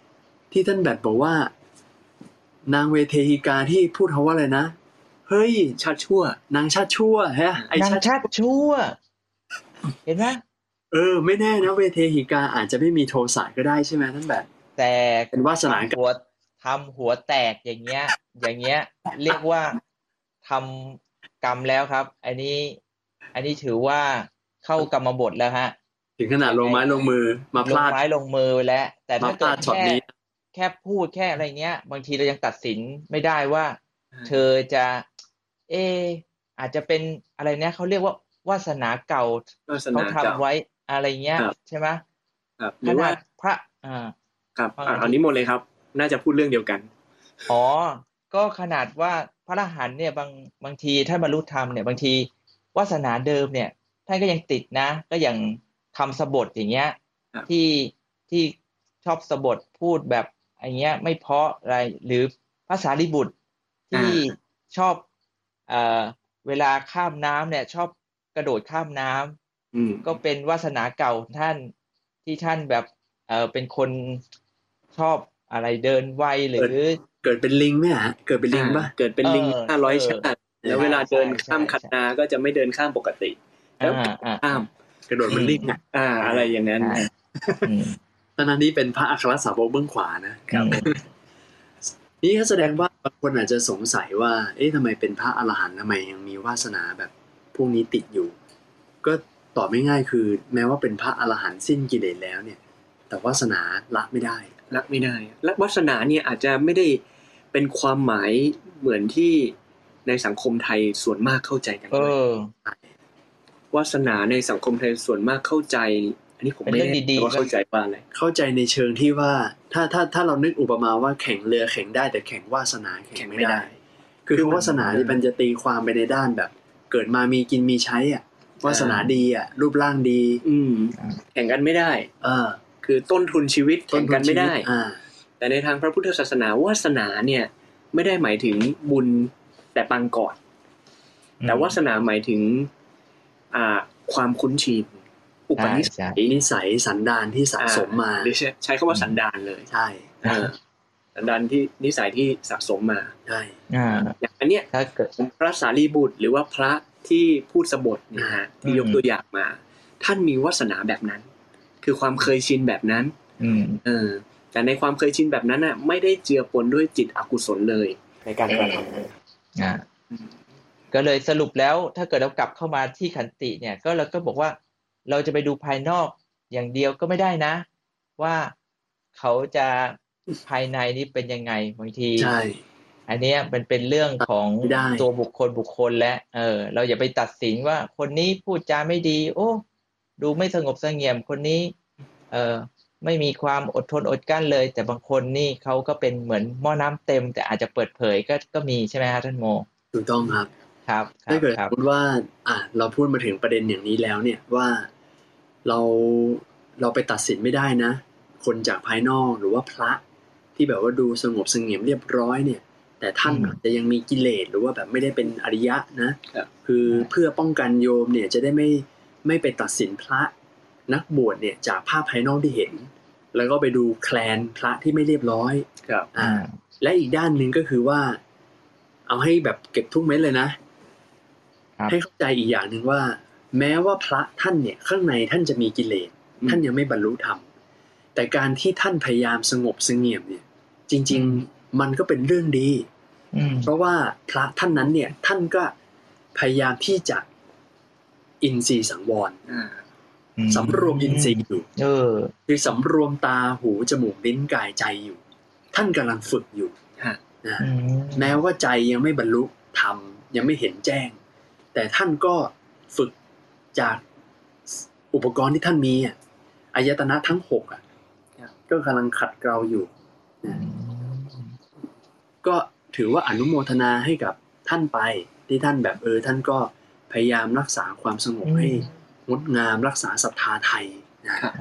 [SPEAKER 3] ที่ท่านแบทบอกว่านางเวเทหิกาที่พูดเขาว่าอะไรนะเฮ้ย
[SPEAKER 4] ชาติชั่วน
[SPEAKER 3] างชาติชั่วฮะ
[SPEAKER 2] ไอ้ชาติชาติชั่วเห็นไหม
[SPEAKER 3] เออไม่แน่นะเวเทหิกาอาจจะไม่มีโทสะก็ได้ใช่ไหมท่านแบท
[SPEAKER 2] แต่
[SPEAKER 3] เป็นวาสนา
[SPEAKER 2] หัวทำหัวแตกอย่างเงี้ยอย่างเงี้ยเรียกว่าทำกรรมแล้วครับอันนี้อันนี้ถือว่าเข้ากรรมบทแล้วฮะ
[SPEAKER 3] ถึงขนาดลงไม้ลงมือมาพลาด
[SPEAKER 2] ลงไม้ลงมือแล้วแต่ถ้าเกิดแค่แค่พูดแค่อะไรเงี้ยบางทีเรายังตัดสินไม่ได้ว่าเธอจะเอออาจจะเป็นอะไรเนี่ยเขาเรียกว่าวาสนาเก่าเขาทำไว้อะไรเงี้ยใช่ไหม
[SPEAKER 4] ครับหรือว่า
[SPEAKER 2] พระอ่า
[SPEAKER 4] ครับอันนี้หมดเลยครับน่าจะพูดเรื่องเดียวกัน
[SPEAKER 2] อ๋อก็ขนาดว่าพระอรหันต์เนี่ยบางบางทีท่านบรรลุธรรมเนี่ยบางทีวาสนาเดิมเนี่ยท่านก็ยังติดนะก็ยังทำสบถอย่างเงี้ยที่ที่ชอบสบถพูดแบบอย่างเงี้ยไม่เพราะอะไรหรือพระสารีบุตรที่ชอบเอ่อเวลาข้ามน้ำเนี่ยชอบกระโดดข้ามน้ำก็เป็นวาสนาเก่าท่านที่ท่านแบบเออเป็นคนชอบอะไรเดินไวหรือ
[SPEAKER 3] เกิดเป็นลิงไหมฮะเกิดเป็นลิงป่ะ
[SPEAKER 4] เกิดเป็นลิงห้าร้อยชาติแล้วเวลาเดินข้ามคันนาก็จะไม่เดินข้ามปกติแล้วข้าม
[SPEAKER 3] กระโดดเป็นลิง
[SPEAKER 4] อ่าอะไรอย่างนั้น
[SPEAKER 3] ตอนนั้นนี่เป็นพระอัครสาวกเบื้องขวานะครับนี่ก็แสดงว่าบางคนอาจจะสงสัยว่าเอ๊ะทำไมเป็นพระอรหันต์ทำไมยังมีวาสนาแบบพวกนี้ติดอยู่ก็ตอบไม่ง่ายคือแม้ว่าเป็นพระอรหันต์สิ้นกิเลสแล้วเนี่ยแต่วาสนาละไม่ได้
[SPEAKER 4] ละไม่ได้และวาสนาเนี่ยอาจจะไม่ได้เป็นความหมายเหมือนที่ในสังคมไทยส่วนมากเข้าใจกันด้วยวาสนาในสังคมไทยส่วนมากเข้าใจอันนี้ผมไม่ได้ว่าเข้าใจว่าอะไร
[SPEAKER 3] เข้าใจในเชิงที่ว่าถ้าถ้าถ้าเรานึกอุปมาว่าแข่งเรือแข่งได้แต่แข่งวาสนาแข่งไม่ได้คือวาสนาที่มันจะตีความไปในด้านแบบเกิดมามีกินมีใช้อ่ะวาสนาดีอ่ะรูปร่างดี
[SPEAKER 4] อืมแข่งกันไม่ได้เออคือต้นทุนชีวิตแข่งกันไม่ได้แต่ในทางพระพุทธศาสนาวาสนาเนี่ยไม่ได้หมายถึงบุญแต่ปางก่อนแต่วาสนาหมายถึงอ่าความคุ้นชินอุปนิสัย
[SPEAKER 3] นิสัยสันดานที่สะสมมา
[SPEAKER 4] ใช้คำว่าสันดานเลย
[SPEAKER 3] ใช่
[SPEAKER 4] สันดานที่นิสัยที่สะสมมา
[SPEAKER 3] ใช่
[SPEAKER 4] อย่างอันเนี้ยพระสารีบุตรหรือว่าพระที่พูดสบถนะฮะที่ยกตัวอย่างมาท่านมีวาสนาแบบนั้นคือความเคยชินแบบนั้นเออแต่ในความเคยชินแบบนั้นน่ะไม่ได้เจือปนด้วยจิตอกุศลเลยในการกระทำ
[SPEAKER 2] อ่าก็เลยสรุปแล้วถ้าเกิดเรากลับเข้ามาที่ขันติเนี่ยก็เราก็บอกว่าเราจะไปดูภายนอกอย่างเดียวก็ไม่ได้นะว่าเขาจะภายในนี้เป็นยังไงบางที
[SPEAKER 3] ใช่
[SPEAKER 2] อันนี้มันเป็นเรื่องของตัวบุคคลบุคคลและเออเราอย่าไปตัดสินว่าคนนี้พูดจาไม่ดีโอ้ดูไม่สงบเสงี่ยมคนนี้เออไม่มีความอดทนอดกลั้นเลยแต่บางคนนี่เขาก็เป็นเหมือนหม้อน้ำเต็มแต่อาจจะเปิดเผยก็ก็มีใช่ไหมครับท่านโม
[SPEAKER 3] ถูกต้องครับ
[SPEAKER 2] ครับ
[SPEAKER 3] ถ้าเกิดพูดว่าอ่ะเราพูดมาถึงประเด็นอย่างนี้แล้วเนี่ยว่าเราเราไปตัดสินไม่ได้นะคนจากภายนอกหรือว่าพระที่แบบว่าดูสงบเสงี่ยมเรียบร้อยเนี่ยแต่ท่านอาจจะยังมีกิเลสหรือว่าแบบไม่ได้เป็นอริยะนะคือเพื่อป้องกันโยมเนี่ยจะได้ไม่ไม่ไปตัดสินพระนักบวชเนี่ยจากภาพภายนอกที่เห็นแล้วก็ไปดูแคลนพระที่ไม่เรียบร้อย
[SPEAKER 4] ครับ
[SPEAKER 3] อ่าและอีกด้านนึงก็คือว่าเอาให้แบบเก็บทุกเม็ดเลยนะให้เข้าใจอีกอย่างนึงว่าแม้ว่าพระท่านเนี่ยข้างในท่านจะมีกิเลสท่านยังไม่บรรลุธรรมแต่การที่ท่านพยายามสงบเสงี่ยมเนี่ยจริงๆมันก็เป็นเรื่องดีเพราะว่าพระท่านนั้นเนี่ยท่านก็พยายามที่จะอินทรีย์สังวรสำรวมอินทรีย์อยู่คือสำรวมตาหูจมูกลิ้นกายใจอยู่ท่านกำลังฝึกอยู่นะแม้ว่าใจยังไม่บรรลุธรรมยังไม่เห็นแจ้งแต่ท่านก็ฝึกจากอุปกรณ์ที่ท่านมีอ่ะอายตนะทั้งหกอ่ะก็กำลังขัดเกลาอยู่นะก็ถือว่าอนุโมทนาให้กับท่านไปที่ท่านแบบเออท่านก็พยายามรักษาความสงบให้งดงามรักษาศรัทธาไทยนะครับ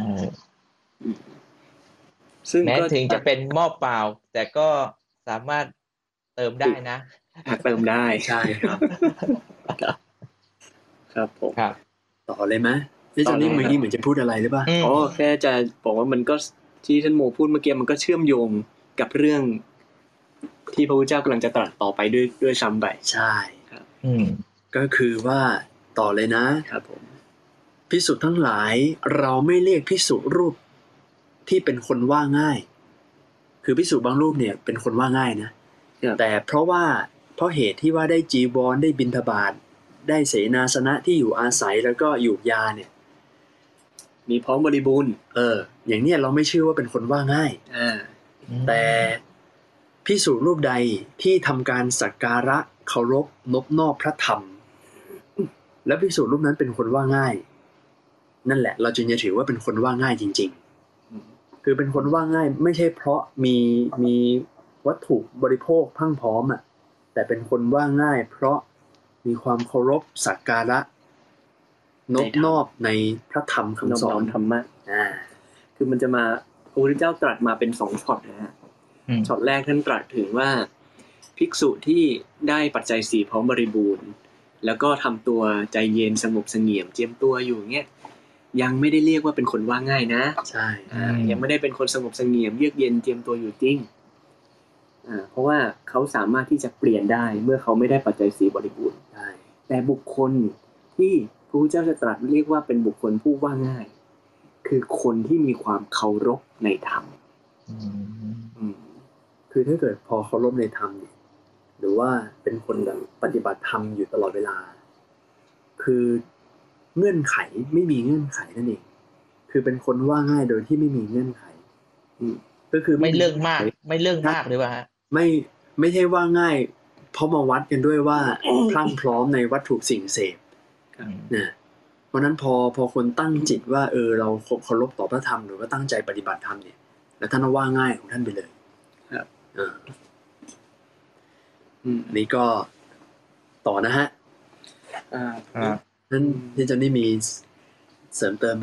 [SPEAKER 2] ซึ่งแม้ถึงจะเป็นหม้อเปล่าแต่ก็สามารถเติมได้นะ
[SPEAKER 4] เติมได้
[SPEAKER 3] ใช่ครับ
[SPEAKER 4] ครับผม
[SPEAKER 2] ครับ
[SPEAKER 3] ต่อเลยไหมที่ตอนนี้เมื่อกี้เหมือนจะพูดอะไรหรือเปล่า
[SPEAKER 4] อ๋อแค่จะบอกว่ามันก็ที่ท่านโมพูดเมื่อกี้มันก็เชื่อมโยงกับเรื่องที่พระพุทธเจ้ากำลังจะตรัสต่อไปด้วยด้วยซ้ำไป
[SPEAKER 3] ใช่
[SPEAKER 4] ครับ
[SPEAKER 2] อืม
[SPEAKER 3] ก็คือว่าต่อเลยนะครับ
[SPEAKER 4] ผม
[SPEAKER 3] ภิกษุทั้งหลายเราไม่เรียกภิกษุรูปที่เป็นคนว่าง่ายคือภิกษุบางรูปเนี่ยเป็นคนว่าง่ายนะแต่เพราะว่าเพราะเหตุที่ว่าได้จีวรได้บิณฑบาตได้เสนาสนะที่อยู่อาศัยแล้วก็อยู่ยาเนี่ย
[SPEAKER 4] มีพร้อมบริบูรณ์
[SPEAKER 3] เอออย่างเนี้ยเราไม่ชื่อว่าเป็นคนว่าง่าย
[SPEAKER 4] อ่า
[SPEAKER 3] แต่ภิกษุรูปใดที่ทำการสักการะเคารพนบนอบพระธรรมและภิกษุรูปนั้นเป็นคนว่าง่ายนั่นแหละเราจึงจะถือว่าเป็นคนว่าง่ายจริงๆคือเป็นคนว่าง่ายไม่ใช่เพราะมีมีวัตถุบริโภคพรั่งพร้อมอ่ะแต่เป็นคนว่าง่ายเพราะมีความเคารพสักการะนบนอบในพระธรรมคำสอน
[SPEAKER 4] ธรรมะอ่าคือมันจะมาพระพุทธเจ้าตรัสมาเป็นสองช็อตนะฮะช็อตแรกท่านตรัสถึงว่าภิกษุที่ได้ปัจจัยสี่พร้อมบริบูรณ์แล้วก็ทำตัวใจเย็นสงบเสงี่ยมเจียมตัวอยู่เงี้ยยังไม่ได้เรียกว่าเป็นคนว่าง่ายนะ
[SPEAKER 3] ใช่
[SPEAKER 4] อ่ายังไม่ได้เป็นคนสงบเสงี่ยมเยือกเย็นเจียมตัวอยู่จริงอ่าเพราะว่าเขาสามารถที่จะเปลี่ยนได้เมื่อเขาไม่ได้ปัจจัยสี่บริบูรณ์
[SPEAKER 3] ใช่
[SPEAKER 4] แต่บุคคลที่พระพุทธเจ้าจะตรัสเรียกว่าเป็นบุคคลผู้ว่าง่ายคือคนที่มีความเคารพในธรรม
[SPEAKER 3] คือถ้าเกิดพอเคารพในธรรมเนี่ยหรือว่าเป็นคนแบบปฏิบัติธรรมอยู่ตลอดเวลาคือเงื่อนไขไม่มีเงื่อนไขนั่นเองคือเป็นคนว่าง่ายโดยที่ไม่มีเงื่อนไขก็คือ
[SPEAKER 2] ไม่เรื่องมากไม่เรื่องมากเลยว่า
[SPEAKER 3] ไม่ไม่ใช่ว่าง่ายเพราะมาวัดกันด้วยว่าพรั่งพร้อมในวัตถุสิ่งเสพนะเพราะนั้นพอพอคนตั้งจิตว่าเออเราเคารพต่อพระธรรมหรือว่าตั้งใจปฏิบัติธรรมเนี่ยแล้วท่านว่าง่ายของท่านไปเลย
[SPEAKER 4] ครับ
[SPEAKER 3] อ่าอืมนี่ก็ต่อนะฮะ
[SPEAKER 4] อ่า
[SPEAKER 3] อ่านั้นที่จะนี่มีเสริมเติมไหม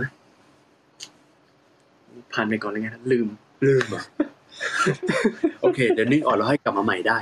[SPEAKER 4] ผ่านไปก่อนเลยไงลืม
[SPEAKER 3] ลืมอ่ะโอเคเดี๋ยวนึกออกแล้วให้กลับมาใหม่ได้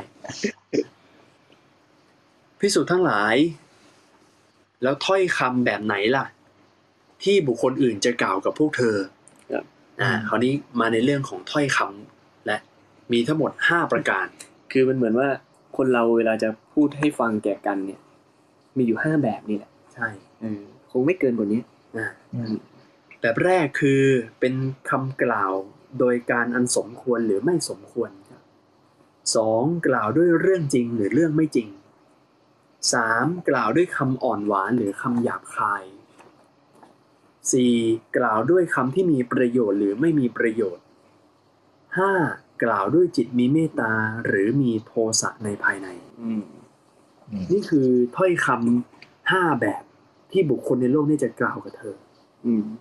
[SPEAKER 3] ภิกษุทั้งหลายแล้วถ้อยคำแบบไหนล่ะที่บุคคลอื่นจะกล่าวกับพวกเธอ
[SPEAKER 4] ครับ
[SPEAKER 3] อ่าคราวนี้มาในเรื่องของถ้อยคำและมีทั้งหมดห้าประการ
[SPEAKER 4] คือมันเหมือนว่าคนเราเวลาจะพูดให้ฟังแก่กันเนี่ยมีอยู่ห้าแบบนี่แหละ
[SPEAKER 3] ใช่
[SPEAKER 4] เออคงไม่เกินกว่านี้
[SPEAKER 3] อ่าแบบแรกคือเป็นคำกล่าวโดยการอันสมควรหรือไม่สมควรสองกล่าวด้วยเรื่องจริงหรือเรื่องไม่จริงสามกล่าวด้วยคำอ่อนหวานหรือคำหยาบคายสี่กล่าวด้วยคำที่มีประโยชน์หรือไม่มีประโยชน์ห้ากล่าวด้วยจิตมีเมตตาหรือมีโทสะในภายในนี่คือถ้อยคำห้าแบบที่บุคคลในโลกนี้จะกล่าวกับเธอ
[SPEAKER 4] อืม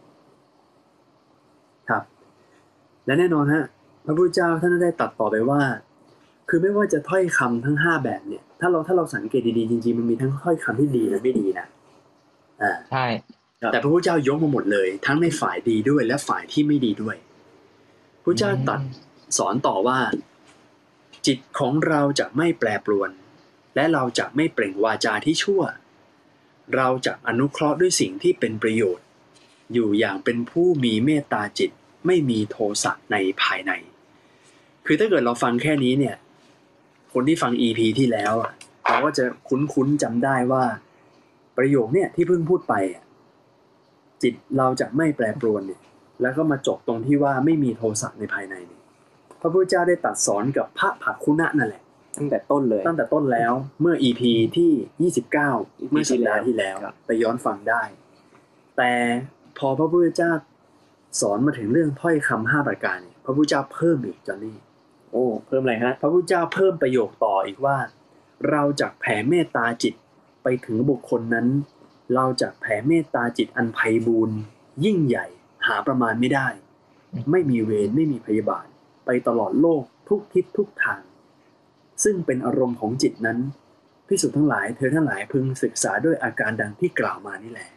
[SPEAKER 3] ครับและแน่นอนฮะพระพุทธเจ้าท่านได้ตรัสต่อไปว่าคือไม่ว่าจะถ้อยคำทั้งห้าแบบเนี่ยถ้าเราถ้าเราสังเกตดีๆจริงๆมันมีทั้งถ้อยคำที่ดีและไม่ดีนะอ่า
[SPEAKER 2] ใช่
[SPEAKER 3] แต่พระพุทธเจ้ายกมาหมดเลยทั้งในฝ่ายดีด้วยและฝ่ายที่ไม่ดีด้วยพระเจ้าตรัสสอนต่อว่าจิตของเราจะไม่แปรปรวนและเราจะไม่เปล่งวาจาที่ชั่วเราจะอนุเคราะห์ด้วยสิ่งที่เป็นประโยชน์อยู่อย่างเป็นผู้มีเมตตาจิตไม่มีโทสะในภายในคือถ้าเกิดเราฟังแค่นี้เนี่ยคนที่ฟัง อี พี ที่แล้วเราก็จะคุ้นๆจำได้ว่าประโยคเนี่ยที่เพิ่งพูดไปจิตเราจะไม่แปรปรวนเนี่ยแล้วก็มาจบตรงที่ว่าไม่มีโทสะในภายในเนี่ยพระพุทธเจ้าได้ตรัสสอนกับพระภักคุณะนั่นแหละ
[SPEAKER 4] ตั้งแต่ต้นเลย
[SPEAKER 3] ตั้งแต่ต้นแล้วเมื่อ อี พี ที่ยี่สิบเก้าเมื่อสัปดาห์ที่แล้วไปย้อนฟังได้แต่พอพระพุทธเจ้าสอนมาถึงเรื่องถ้อยคำห้าประการเนี่ยพระพุทธเจ้าเพิ่มอีกจอนนี่
[SPEAKER 4] โอ้เพิ่มอะไรฮะ
[SPEAKER 3] พระพุทธเจ้าเพิ่มประโยคต่ออีกว่าเราจะแผ่เมตตาจิตไปถึงบุคคลนั้นเราจะแผ่เมตตาจิตอันไพบูลย์ยิ่งใหญ่หาประมาณไม่ได้ไม่มีเวรไม่มีพยาบาทไปตลอดโลกทุกทิศทุกทางซึ่งเป็นอารมณ์ของจิตนั้นภิกษุทั้งหลายเธอทั้งหลายพึงศึกษาด้วยอาการดังที่กล่าวมานี่แหละ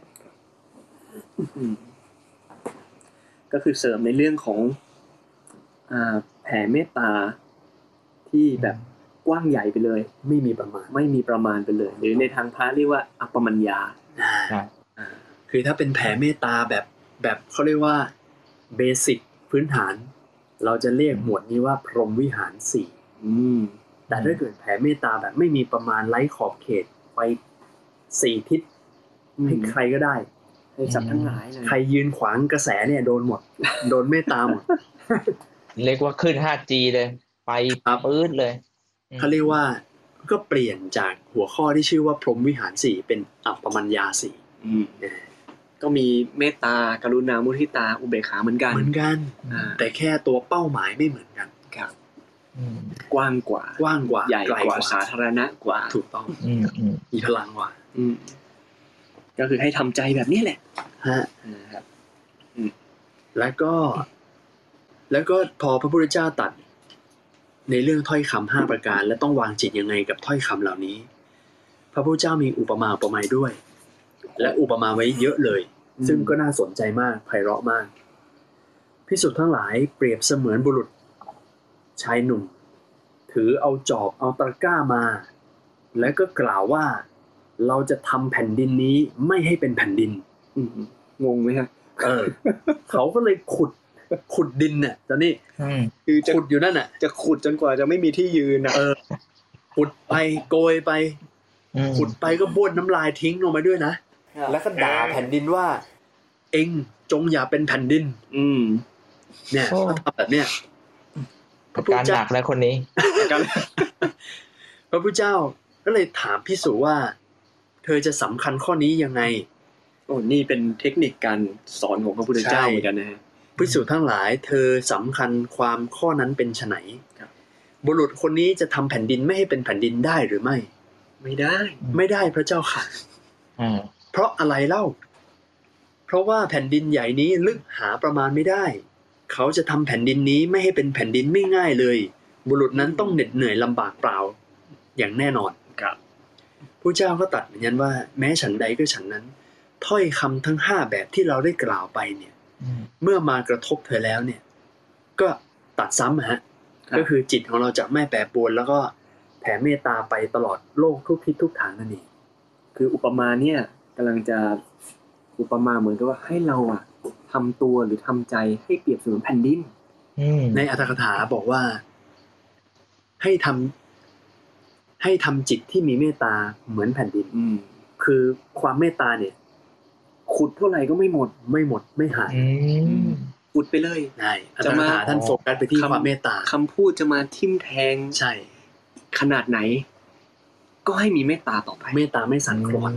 [SPEAKER 4] ก็คือเสริมในเรื่องของอ่าแผ่เมตตาที่แบบกว้างใหญ่ไปเลย
[SPEAKER 3] ไม่มีประมาณ
[SPEAKER 4] ไม่มีประมาณไปเลยหรือในทางพระเรียกว่าอัปปมัญญา
[SPEAKER 3] อ่าคือถ้าเป็นแผ่เมตตาแบบแบบเขาเรียกว่าเบสิกพื้นฐานเราจะเรียกหมวดนี้ว่าพรหมวิหารสี่แต่ถ้าเกิดแผ่เมตตาแบบไม่มีประมาณไร้ขอบเขตไปสี่ทิศให้ใครก็ได้
[SPEAKER 4] ให้สัตว์ทั้งหลายเลย
[SPEAKER 3] ใครยืนขวางกระแสเนี่ยโดนหมดโดนเมตตาหมด
[SPEAKER 2] เรียกว่าขึ้น ห้าจี เลยไปปื๊ดเลย
[SPEAKER 3] เขาเรียกว่าก็เปลี่ยนจากหัวข้อที่ชื่อว่าพรหมวิหารสี่เป็นอัปปมัญญาสี่
[SPEAKER 4] ก็มีเมตตากรุณามุทิตาอุเบกขาเหมือนกัน
[SPEAKER 3] เหมือนกันแต่แค่ตัวเป้าหมายไม่เหมือนกัน
[SPEAKER 4] ครับกว้างกว่าก
[SPEAKER 3] ว้างกว่า
[SPEAKER 4] ใหญ่กว่าสาธารณะกว่า
[SPEAKER 3] ถูกต้องมีพลังกว่า
[SPEAKER 4] ก็คือให้ทำใจแบบนี้แหละ
[SPEAKER 3] ฮะครับแล้วก็แล้วก็พอพระพุทธเจ้าตรัสในเรื่องถ้อยคำห้าประการและต้องวางจิตยังไงกับถ้อยคำเหล่านี้พระพุทธเจ้ามีอุปมาอุปไมยด้วยและอุปมาไว้เยอะเลยซึ่งก็น่าสนใจมากไพเราะมากภิกษุทั้งหลายเปรียบเสมือนบุรุษชายหนุ่มถือเอาจอบเอาตะกร้ามาและก็กล่าวว่าเราจะทำแผ่นดินนี้ไม่ให้เป็นแผ่นดิน
[SPEAKER 4] งงไหมฮะ
[SPEAKER 3] เออเขาก็เลยขุดขุดดินเนี่ยตอนนี้
[SPEAKER 4] คือ
[SPEAKER 3] ขุดอยู่นั่นน่ะ
[SPEAKER 4] จะขุดจนกว่าจะไม่มีที่ยืนนะ
[SPEAKER 3] เออขุดไปโกยไปขุดไปก็บ้วนน้ำลายทิ้งลงไปด้วยนะแล้วก็ด่าแผ่นดินว่าเอ็งจงอย่าเป็นแผ่นดินอืมเนี่ยเขาทำแบบเนี้ย
[SPEAKER 2] พระพุทธเจ้าหนักแล้วคนนี้
[SPEAKER 3] พระพุทธเจ้าก็เลยถามภิกษุว่าเธอจะสำคัญข้อนี้ยังไง
[SPEAKER 4] โอ้นี่เป็นเทคนิคการสอนของพระพุทธเจ้าเหมือนกันนะฮะ
[SPEAKER 3] ภิกษุทั้งหลายเธอสำคัญความข้อนั้นเป็นไฉนบุรุษคนนี้จะทำแผ่นดินไม่ให้เป็นแผ่นดินได้หรือไม่
[SPEAKER 4] ไม่ได้
[SPEAKER 3] ไม่ได้พระเจ้าค่ะเพราะอะไรเล่าเพราะว่าแผ่นดินใหญ่นี้ลึกหาประมาณไม่ได้เขาจะทำแผ่นดินนี้ไม่ให้เป็นแผ่นดินไม่ง่ายเลยบุรุษนั้นต้องเหน็ดเหนื่อยลำบากเปล่าอย่างแน่นอน
[SPEAKER 4] ครับ
[SPEAKER 3] พระเจ้าก็ตรัสเหมือนกันว่าแม้ฉันใดก็ฉันนั้นถ้อยคำทั้งห้าแบบที่เราได้กล่าวไปเนี่ยเมื่อมากระทบเธอแล้วเนี่ยก็ตัดซ้ำฮะก็คือจิตของเราจะไม่แปรปรวนแล้วก็แผ่เมตตาไปตลอดโลกทุกทิศทุกทางนั่นเอง
[SPEAKER 4] คืออุปมาเนี่ยกำลังจะอุปมาเหมือนกับว่าให้เราอ่ะทำตัวหรือทำใจให้เปรียบเสมือนแผ่นดิน
[SPEAKER 3] ในอรรถกถาบอกว่าให้ทำให้ทำจิตที่มีเมตตาเหมือนแผ่นดินคือความเมตตาเนี่ยขุดเท่าไหร่ก็ไม่หมดไม่หมดไม่หาย
[SPEAKER 4] ขุดไปเลย
[SPEAKER 3] ใช่อรรถกถาท่านโฟกัสไปที่ความเมตตา
[SPEAKER 4] คำพูดจะมาทิ่มแทง
[SPEAKER 3] ใช่
[SPEAKER 4] ขนาดไหนก็ให้มีเมตตาต่อไป
[SPEAKER 3] เมตตาไม่สั่นคลอน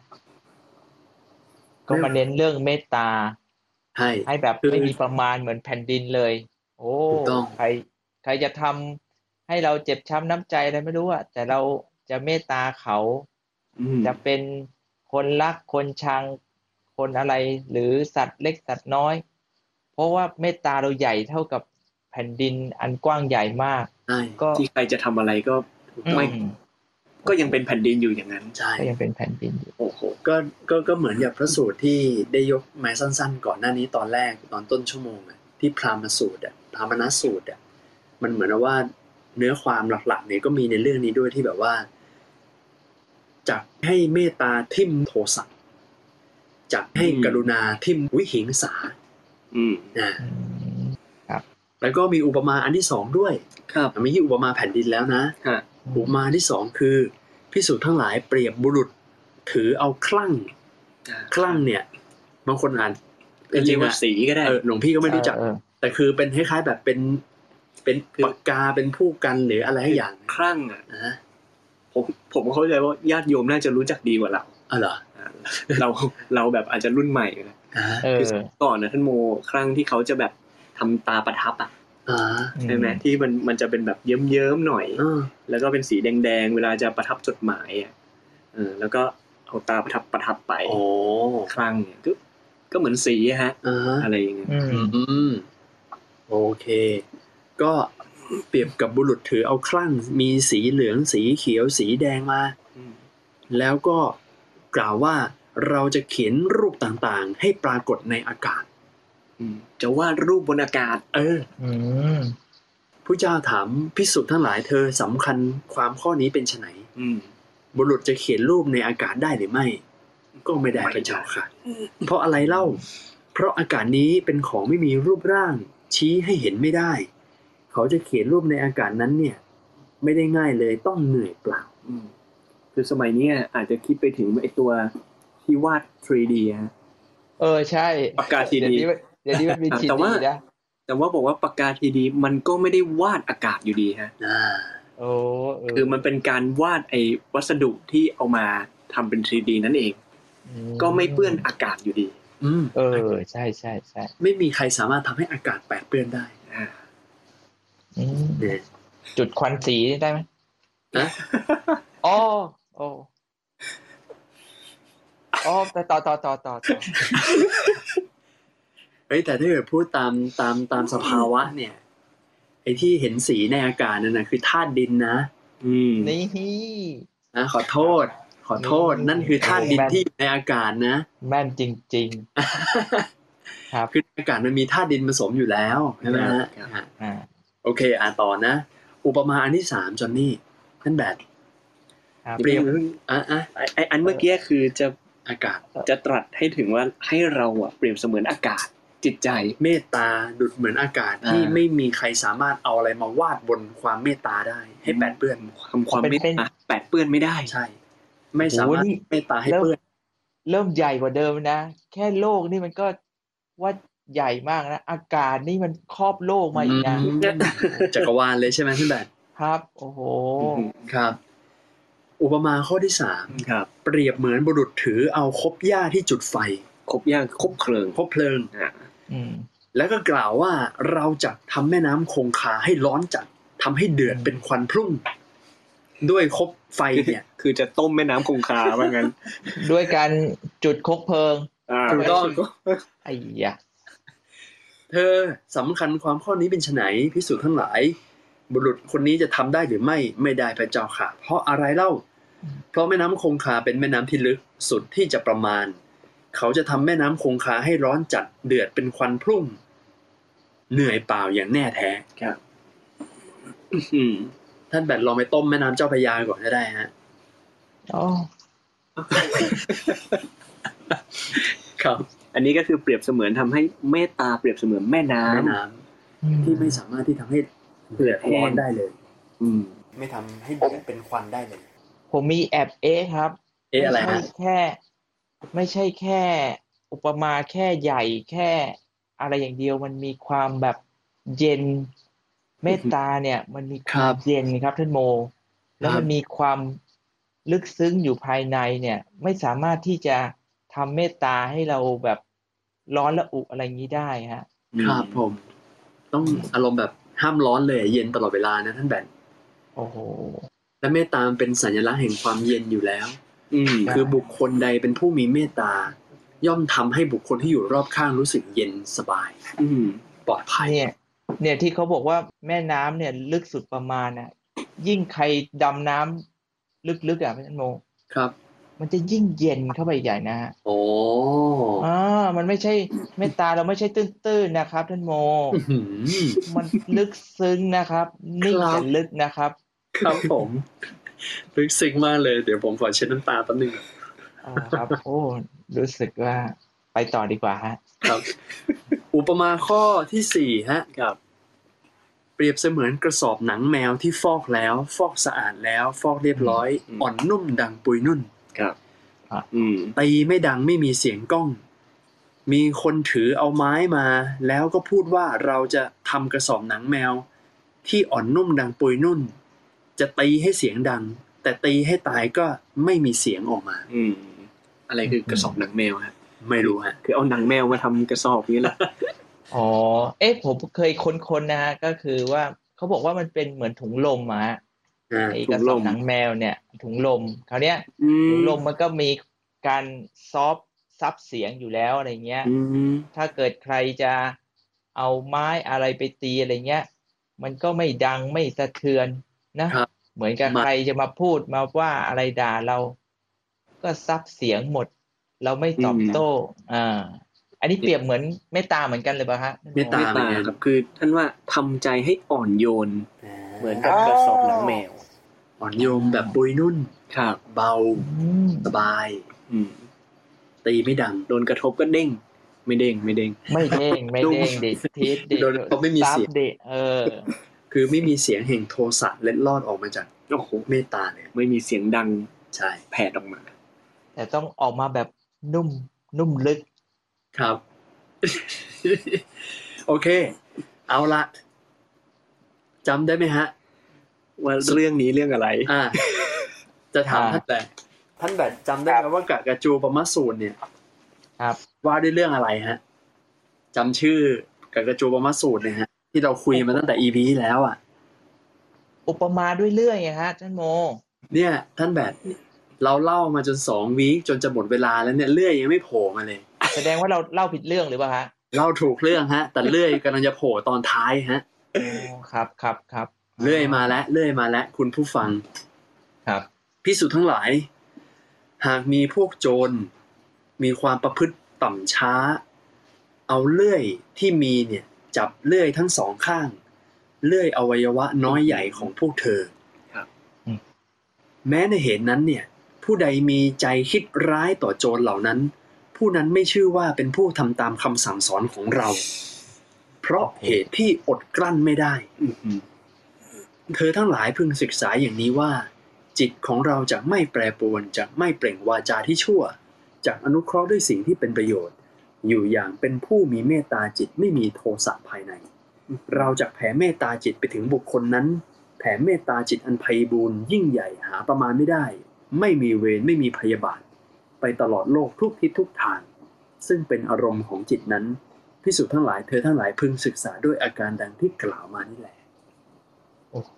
[SPEAKER 2] ก็มาเน้นเรื่องเมตตาให้ให้แบบไม่มีประมาณเหมือนแผ่นดินเลยโอ้ใครใครจะทำให้เราเจ็บช้ำน้ำใจอะไรไม่รู้อะแต่เราจะเมตตาเขาจะเป็นคนรักคนชังคนอะไรหรือสัตว์เล็กสัตว์น้อยเพราะว่าเมตตาเราใหญ่เท่ากับแผ่นดินอันกว้างใหญ่มาก
[SPEAKER 4] ก็ที่ใครจะทำอะไรก็ไม่ก็ยังเป็นแผ่นดินอยู่อย่างนั้น
[SPEAKER 3] ใช่
[SPEAKER 2] ก็ยังเป็นแผ่นดินอยู่
[SPEAKER 3] โอ้โหก็ก็ก็เหมือนอย่างพระสูตรที่ได้ยกมาสั้นๆก่อนหน้านี้ตอนแรกตอนต้นชั่วโมงอ่ะที่พราหมณ์สูตรอ่ะพราหมณสูตรอ่ะมันเหมือนว่าเนื้อความหลักๆเนี่ยก็มีในเรื่องนี้ด้วยที่แบบว่าจักให้เมตตาทิ่มโทสะจักให้กรุณาทิ่มวิหิงสาอืมนะครับแล้วก็มีอุปมาอันที่สองด้วยครับไม่ใช่อุปมาแผ่นดินแล้วนะอุปมาที่สองคือภิกษุทั้งหลายเปรียบบุรุษถือเอาคลั่งคลั่งเนี่ยบางคนอ่าน
[SPEAKER 4] เป็นเรียกว่าสีก็ได้
[SPEAKER 3] เออหลวงพี่ก็ไม่รู้จักแต่คือเป็นคล้ายๆแบบเป็นเป็นปากกาเป็นผู้กันหรืออะไรให้อย่าง
[SPEAKER 4] คลั่งอ่ะนะผมผมเข้าใจว่าญาติโยมน่าจะรู้จักดีกว่าเรา
[SPEAKER 3] อ๋อเหรอ
[SPEAKER 4] เราเราแบบอาจจะรุ่นใหม่นะคือก่อนนะท่านโมครั้งที่เขาจะแบบทำตาประทับอ่ะใช่ไหมที่มันมันจะเป็นแบบเยิ้มๆหน่อยแล้วก็เป็นสีแดงๆเวลาจะประทับจดหมายอ่ะแล้วก็เอาตาประทับประทับไปครั้งเนี่ยก็ก็เหมือนสีฮะอะไรอย่างเงี้ย
[SPEAKER 3] โอเคก็เปรียบกับบุรุษถือเอาคลั่งมีสีเหลืองสีเขียวสีแดงมาแล้วก็กล่าวว่าเราจะเขียนรูปต่างๆให้ปรากฏในอากาศ
[SPEAKER 4] จะวาดรูปบนอากาศ
[SPEAKER 3] เออผู้เจ้าถามภิกษุทั้งหลายเธอสำคัญความข้อนี้เป็นไฉนบุรุษจะเขียนรูปในอากาศได้หรือไม่ก็ไม่ได้พระเจ้าค่ะเพราะอะไรเล่าเพราะอากาศนี้เป็นของไม่มีรูปร่างชี้ให้เห็นไม่ได้เขาจะเขียนรูปในอากาศนั้นเนี่ยไม่ได้ง่ายเลยต้องเหนื่อยเปล่า
[SPEAKER 4] คือสมัยนี้อาจจะคิดไปถึงไอ้ตัวที่วาด ทรี ดี ฮะ
[SPEAKER 2] เออใช่
[SPEAKER 4] ปากกา ทรี ดี
[SPEAKER 2] เดี๋ยวนี้มันมี ทรี ดี นะ
[SPEAKER 4] แต่ว่าบอกว่าปากกา ทรี ดี มันก็ไม่ได้วาดอากาศอยู่ดีฮะ
[SPEAKER 2] โอ้
[SPEAKER 4] คือมันเป็นการวาดไอ้วัสดุที่เอามาทำเป็น ทรี ดี นั่นเองก็ไม่เปื้อนอากาศอยู่ดี
[SPEAKER 3] อืม
[SPEAKER 2] เออใช่ใช่ใช่
[SPEAKER 3] ไม่มีใครสามารถทำให้อากาศแปดเปื้อนได้
[SPEAKER 2] อืมจุดควันสีได้ไหม
[SPEAKER 3] นะ
[SPEAKER 2] อ๋อโอ้อ๋อแต่ต่อต่อต่อต่อต่อ
[SPEAKER 3] เฮ้ยแต่ถ้าเกิดพูดตามตามตามสภาวะเนี่ยไอ้ที่เห็นสีในอากาศนั่นนะคือธาตุดินนะ
[SPEAKER 2] อืมนี่
[SPEAKER 3] นะขอโทษขอโทษนั่นคือธาตุดินที่ในอากาศนะ
[SPEAKER 2] แม่นจริงๆครับ
[SPEAKER 3] คืออากาศมันมีธาตุดินผสมอยู่แล้วใช่ไหมฮะอ่าโอเคอ่านต่อนะอุปมาอันที่สามจอนนี่ท่านแบท
[SPEAKER 4] เปรียบอ่ะอ่ะไออันเมื่อกี้คือจะ
[SPEAKER 3] อากาศ
[SPEAKER 4] จะตรัสให้ถึงว่าให้เราอ่ะเปรียบเสมือนอากาศจิตใจ
[SPEAKER 3] เมตตาดุจเหมือนอากาศที่ไม่มีใครสามารถเอาอะไรมาวาดบนความเมตตาได้ให้แปดเปื้อน
[SPEAKER 4] ทำความเมตตาแปดเปื้อนไม่ได้
[SPEAKER 3] ใช่ไม่สามารถเมตตาให้เปื้อน
[SPEAKER 2] เริ่มใหญ่กว่าเดิมนะแค่โลกนี่มันก็ว่าใหญ่มากนะอากาศนี่มันครอบโลกมาอีกนะ
[SPEAKER 3] จักรวาลเลยใช่ไหมพี่แบท
[SPEAKER 2] ครับโอ้โห
[SPEAKER 3] ครับอุปมาข้อที่สาม
[SPEAKER 4] ครับ
[SPEAKER 3] เปรียบเหมือนบุรุษถือเอาคบหญ้าที่จุดไฟ
[SPEAKER 4] คบหญ้าคบเพลิง
[SPEAKER 3] คบเพลิงแล้วก็กล่าวว่าเราจะทำแม่น้ำคงคาให้ร้อนจัดทำให้เดือดเป็นควันพุ่งด้วยคบไฟเนี่ย
[SPEAKER 4] คือจะต้มแม่น้ำคงคาว่างั้น
[SPEAKER 2] ด้วยการจุดคบเพลิง
[SPEAKER 3] ถูกต้อง
[SPEAKER 2] ไอ้ยะ
[SPEAKER 3] เธอสำคัญความข้อนี้เป็นไฉนภิกษุทั้งหลายบุรุษคนนี้จะทำได้หรือไม่ไม่ได้พระเจ้าค่ะเพราะอะไรเล่าเพราะแม่น้ำคงคาเป็นแม่น้ำที่ลึกสุดที่จะประมาณเขาจะทำแม่น้ำคงคาให้ร้อนจัดเดือดเป็นควันพุ่งเหนื่อยเปล่าอย่างแน่แท้
[SPEAKER 4] ครับ
[SPEAKER 3] ท่านแบทลองไปต้มแม่น้ำเจ้าพระยาก่อนก็ได้ฮะ
[SPEAKER 2] อ๋อ
[SPEAKER 3] ครับ
[SPEAKER 4] อันนี้ก็คือเปรียบเสมือนทำให้เมตตาเปรียบเสมือนแม่น้ำ
[SPEAKER 3] แม่น้ำที่ไม่สามารถที่ทำให้เดือดร้อนได้เลยอืมไม่ทำให้เดือดเป็นควันได้เลย
[SPEAKER 2] ผมมีแอบเอ๊ะครับ
[SPEAKER 3] เอ๊ะอะไรฮะ
[SPEAKER 2] แค่ไม่ใช่แค่อุปมาแค่ใหญ่แค่อะไรอย่างเดียวมันมีความแบบเย็นเมตตาเนี่ยมันมีความเย็นครับท่านโมแล้วมันมีความลึกซึ้งอยู่ภายในเนี่ยไม่สามารถที่จะทำเมตตาให้เราแบบร้อนระอุอะไรอย่างนี้ได้ฮะ
[SPEAKER 3] ครับผมต้องอารมณ์แบบห้ามร้อนเลยเย็นตลอดเวลานะท่านแบน
[SPEAKER 2] โอ้โห
[SPEAKER 3] และเมตตาเป็นสัญลักษณ์แห่งความเย็นอยู่แล้วอืมคือบุคคลใดเป็นผู้มีเมตตาย่อมทำให้บุคคลที่อยู่รอบข้างรู้สึกเย็นสบายอืมปลอดภัย
[SPEAKER 2] เนี่ยเนี่ยที่เขาบอกว่าแม่น้ำเนี่ยลึกสุดประมาณน่ะยิ่งใครดำน้ำลึกๆอ่ะพี่โม
[SPEAKER 3] ครับ
[SPEAKER 2] มันจะยิ่งเย็นเข้าไปใหญ่นะฮะ
[SPEAKER 3] โอ้
[SPEAKER 2] อ่ามันไม่ใช่เมตตาเราไม่ใช่ตื้นๆนะครับท่านโมมันลึกซึ้งนะครับนิ่งแต่ลึกนะครับ
[SPEAKER 3] ครับผมลึกซึ้งมากเลยเดี๋ยวผมขอเช็ดน้ำตาแป๊บนึง
[SPEAKER 2] อ่าครับโอ้รู้สึกว่าไปต่อดีกว่าฮะ
[SPEAKER 3] ครับอุปมาข้อที่สี่ฮะครับเปรียบเสมือนกระสอบหนังแมวที่ฟอกแล้วฟอกสะอาดแล้วฟอกเรียบร้อยอ่อนนุ่มดังปุยนุ่น
[SPEAKER 4] ครับ
[SPEAKER 3] อืมตีไม่ดังไม่มีเสียงก้องมีคนถือเอาไม้มาแล้วก็พูดว่าเราจะทำกระสอบหนังแมวที่อ่อนนุ่มดังปุยนุ่นจะตีให้เสียงดังแต่ตีให้ตายก็ไม่มีเสียงออกมา
[SPEAKER 4] อืมอะไรคือกระสอบหนังแมวฮะ
[SPEAKER 3] ไม่รู้ฮะ
[SPEAKER 4] คือเอาหนังแมวมาทำกระสอบนี้แหละ
[SPEAKER 2] อ๋อเอ๊ะผมเคยค้นๆนะฮะก็คือว่าเขาบอกว่ามันเป็นเหมือนถุงลมอ่ะไอ้กระสอบหนังแมวเนี่ยถุงลมคราวเนี้ยถุงลมมันก็มีการซอฟซับเสียงอยู่แล้วอะไรเงี้ยถ้าเกิดใครจะเอาไม้อะไรไปตีอะไรเงี้ยมันก็ไม่ดังไม่สะเทือนนะเหมือนกับใครจะมาพูดมาว่าอะไรด่าเราก็ซับเสียงหมดเราไม่ตอบโต้อ่าอันนี้เปรียบเหมือนเมตตาเหมือนกันเลยป่ะฮะ
[SPEAKER 3] เมตตา
[SPEAKER 4] ครับคือท่านว่าทำใจให้อ่อนโยนเหมือนกับกระสอบหนังแมว
[SPEAKER 3] อ่อนโยนแบบปุยนุ่น
[SPEAKER 4] ครับ
[SPEAKER 3] เบาสบายอืมตีไม่ดัง
[SPEAKER 4] โดนกระทบก็เด้งไม่เด้งไม่เด้ง
[SPEAKER 2] ไม่เด้งไม่เด้งดิทิศดิ
[SPEAKER 3] โดยเขาไม่มีเสียง
[SPEAKER 2] เออ
[SPEAKER 3] คือไม่มีเสียงแห่งโทสะเล็ดลอดออกมาจาก
[SPEAKER 4] โอ้โห
[SPEAKER 3] เมตตาเลย
[SPEAKER 4] ไม่มีเสียงดัง
[SPEAKER 3] ใช่
[SPEAKER 4] แผ่ออกมา
[SPEAKER 2] แต่ต้องออกมาแบบนุ่มนุ่มลึก
[SPEAKER 3] ครับ โอเคเอาละจำได้ไหมฮะ
[SPEAKER 4] ว่าเรื่องนี้เรื่องอะไร
[SPEAKER 3] อ่าจะถามท่านแต่ท่านแบบจำได้ไหมว่ากะกะจูปมสูตรเนี่ย
[SPEAKER 2] ครับ
[SPEAKER 3] ว่าด้วยเรื่องอะไรฮะจำชื่อกะกะจูปมสูตรเนี่ยฮะที่เราคุยมาตั้งแต่ อี พี ที่แล้วอ่ะ
[SPEAKER 2] อุปมาด้วยเรื่อยไงฮะท่านโม
[SPEAKER 3] เนี่ยท่านแบบเราเล่ามาจนสองวีคจนจะหมดเวลาแล้วเนี่ยเรื่อยยังไม่โผล่มาเลย
[SPEAKER 2] แสดงว่าเราเล่าผิดเรื่องหรือเปล่าฮะ
[SPEAKER 3] เล่าถูกเรื่องฮะแต่เรื่อยกำลังจะโผล่ตอนท้ายฮะ
[SPEAKER 2] อ๋อครับครับครับ
[SPEAKER 3] เรื่อยมาแล้วเรื่อยมาแล้วคุณผู้ฟัง
[SPEAKER 2] ครับ
[SPEAKER 3] ภิกษุทั้งหลายหากมีพวกโจรมีความประพฤติต่ำช้าเอาเลื่อยที่มีเนี่ยจับเลื่อยทั้งสองข้างเลื่อยอวัยวะน้อยใหญ่ของพวกเธอแม้ในเหตุนั้นเนี่ยผู้ใดมีใจคิดร้ายต่อโจรเหล่านั้นผู้นั้นไม่ชื่อว่าเป็นผู้ทำตามคำสั่งสอนของเราเพราะเหตุที่อดกลั้นไม่ได้เธอทั้งหลายพึงศึกษาอย่างนี้ว่าจิตของเราจะไม่แปรปรวนจะไม่เปล่งวาจาที่ชั่วจะอนุเคราะห์ด้วยสิ่งที่เป็นประโยชน์อยู่อย่างเป็นผู้มีเมตตาจิตไม่มีโทสะภายในเราจะแผ่เมตตาจิตไปถึงบุคคลนั้นแผ่เมตตาจิตอันไพบูลย์ยิ่งใหญ่หาประมาณไม่ได้ไม่มีเวรไม่มีพยาบาทไปตลอดโลกทุกทิศทุกทางซึ่งเป็นอารมณ์ของจิตนั้นภิกษุทั้งหลายเธอทั้งหลายพึงศึกษาด้วยอาการดังที่กล่าวมานี่แหละ
[SPEAKER 2] โอ้โห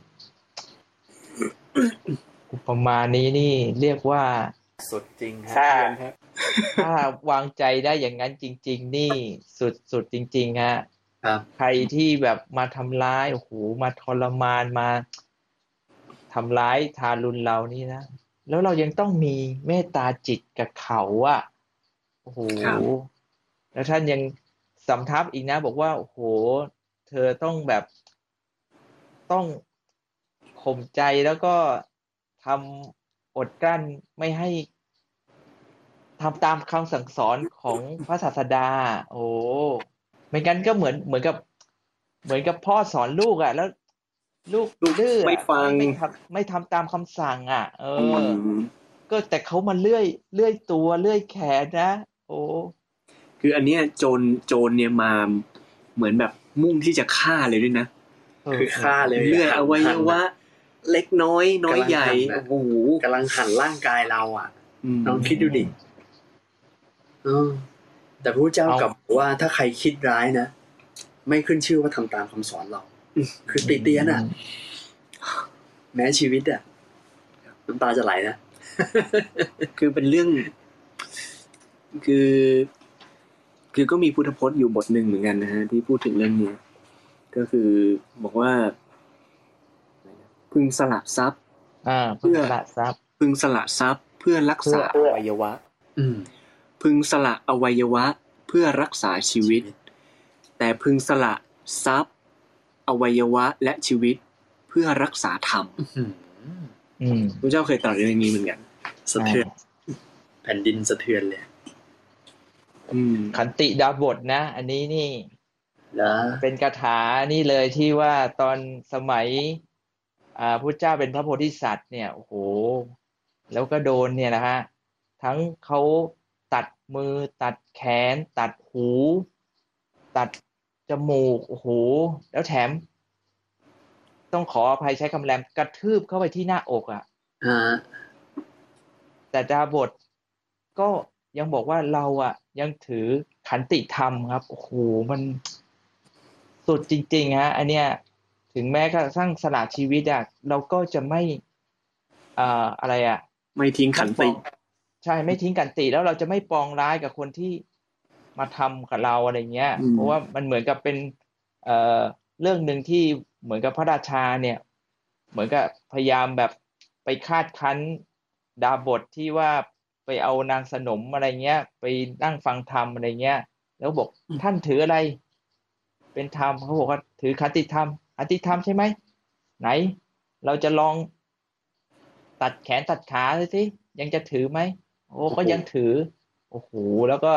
[SPEAKER 2] อุปมานี้นี่เรียกว่า
[SPEAKER 3] สุดจริงฮะ
[SPEAKER 2] ถ้าวางใจได้อย่างนั้นจริงๆนี่สุดสุดจริงๆฮะใครที่แบบมาทำร้ายโอ้โหมาทรมานมาทำร้ายทารุณเรานี่นะแล้วเรายังต้องมีเมตตาจิตกับเขาอ่ะโอ้โหแล้วท่านยังสำทับอีกนะบอกว่าโอ้โหเธอต้องแบบต้องข่มใจแล้วก็ทำอดกลั้นไม่ให้ทำตามคำสั่งสอนของพระศาสดาโอ้ไม่งั้นก็เหมือนเหมือนกับเหมือนกับพ่อสอนลูกอ่ะแล้วลูกดื้อ
[SPEAKER 4] ไม่ฟัง
[SPEAKER 2] ไม่ทำไม่ทำตามคำสั่งอ่ะเออก็แต่เขามาเลื่อยเลื่อยตัวเลื่อยแขนนะโอ้
[SPEAKER 4] คืออันเนี้ยโจรโจรเนี่ยมาเหมือนแบบมุ่งที่จะฆ่าเลยด้วยนะ
[SPEAKER 3] คือฆ่าเลย
[SPEAKER 4] เลื่อยอวัยวะเล็กน้อยน้อยใหญ่โอ้โห
[SPEAKER 3] กำลังหั่นร่างกายเราอ่ะลองคิดดูดิเออแต่พระเจ้ากลับว่าถ้าใครคิดร้ายนะไม่ขึ้นชื่อว่าทำตามคำสอนเราคือติเตียนอ่ะแม้ชีวิตอ่ะน้ำตาจะไหลนะ
[SPEAKER 4] คือเป็นเรื่องคือคือก็มีพุทธพจน์อยู่บทหนึ่งเหมือนกันนะฮะที่พูดถึงเรื่องนี้ก็คือบอกว่าพึงสละทรัพย์
[SPEAKER 2] เพื่อสละทรัพย์
[SPEAKER 4] พึงสละทรัพย์เพื่อรักษาอวัยวะพึงสละอวัยวะเพื่อรักษาชีวิตแต่พึงสละทรัพย์อวัยวะและชีวิตเพื่อรักษาธรรมพระเจ้าเคยตรัสเรื่องนี้เหมือนกัน
[SPEAKER 3] สะเทือนแผ่นดินสะเทือนเลย
[SPEAKER 2] ขันติดาบทนะอันนี้นี่เป็นคาถานี่เลยที่ว่าตอนสมัยอ่าพระเจ้าเป็นพระโพธิสัตว์เนี่ยโอ้โหแล้วก็โดนเนี่ยนะฮะทั้งเขาตัดมือตัดแขนตัดหูตัดจมูกโอ้โหแล้วแถมต้องขออภัยใช้คำแรงกระทืบเข้าไปที่หน้าอกอ่ะแต่ดาบทก็ยังบอกว่าเราอ่ะยังถือขันติธรรมครับโอ้โหมันสุดจริงๆฮะอันเนี้ยถึงแม้กระทั่งสละชีวิตอ่ะเราก็จะไม่อ่าอะไรอ่ะ
[SPEAKER 4] ไม่ทิ้งขันติ
[SPEAKER 2] ใช่ไม่ทิ้งขันติแล้วเราจะไม่ปองร้ายกับคนที่มาทำกับเราอะไรเงี้ยเพราะว่ามันเหมือนกับเป็นเอ่อเรื่องนึงที่เหมือนกับพระราชาเนี่ยเหมือนกับพยายามแบบไปคาดคั้นดาบทที่ว่าไปเอานางสนมอะไรเงี้ยไปนั่งฟังธรรมอะไรเงี้ยแล้วบอกท่านถืออะไรเป็นธรรมเขาบอกว่าถือขันติธรรมขันติธรรมใช่ไหมไหนเราจะลองตัดแขนตัดขาเลยสิยังจะถือไหมโอ้ก็ยังถือโอ้โหแล้วก็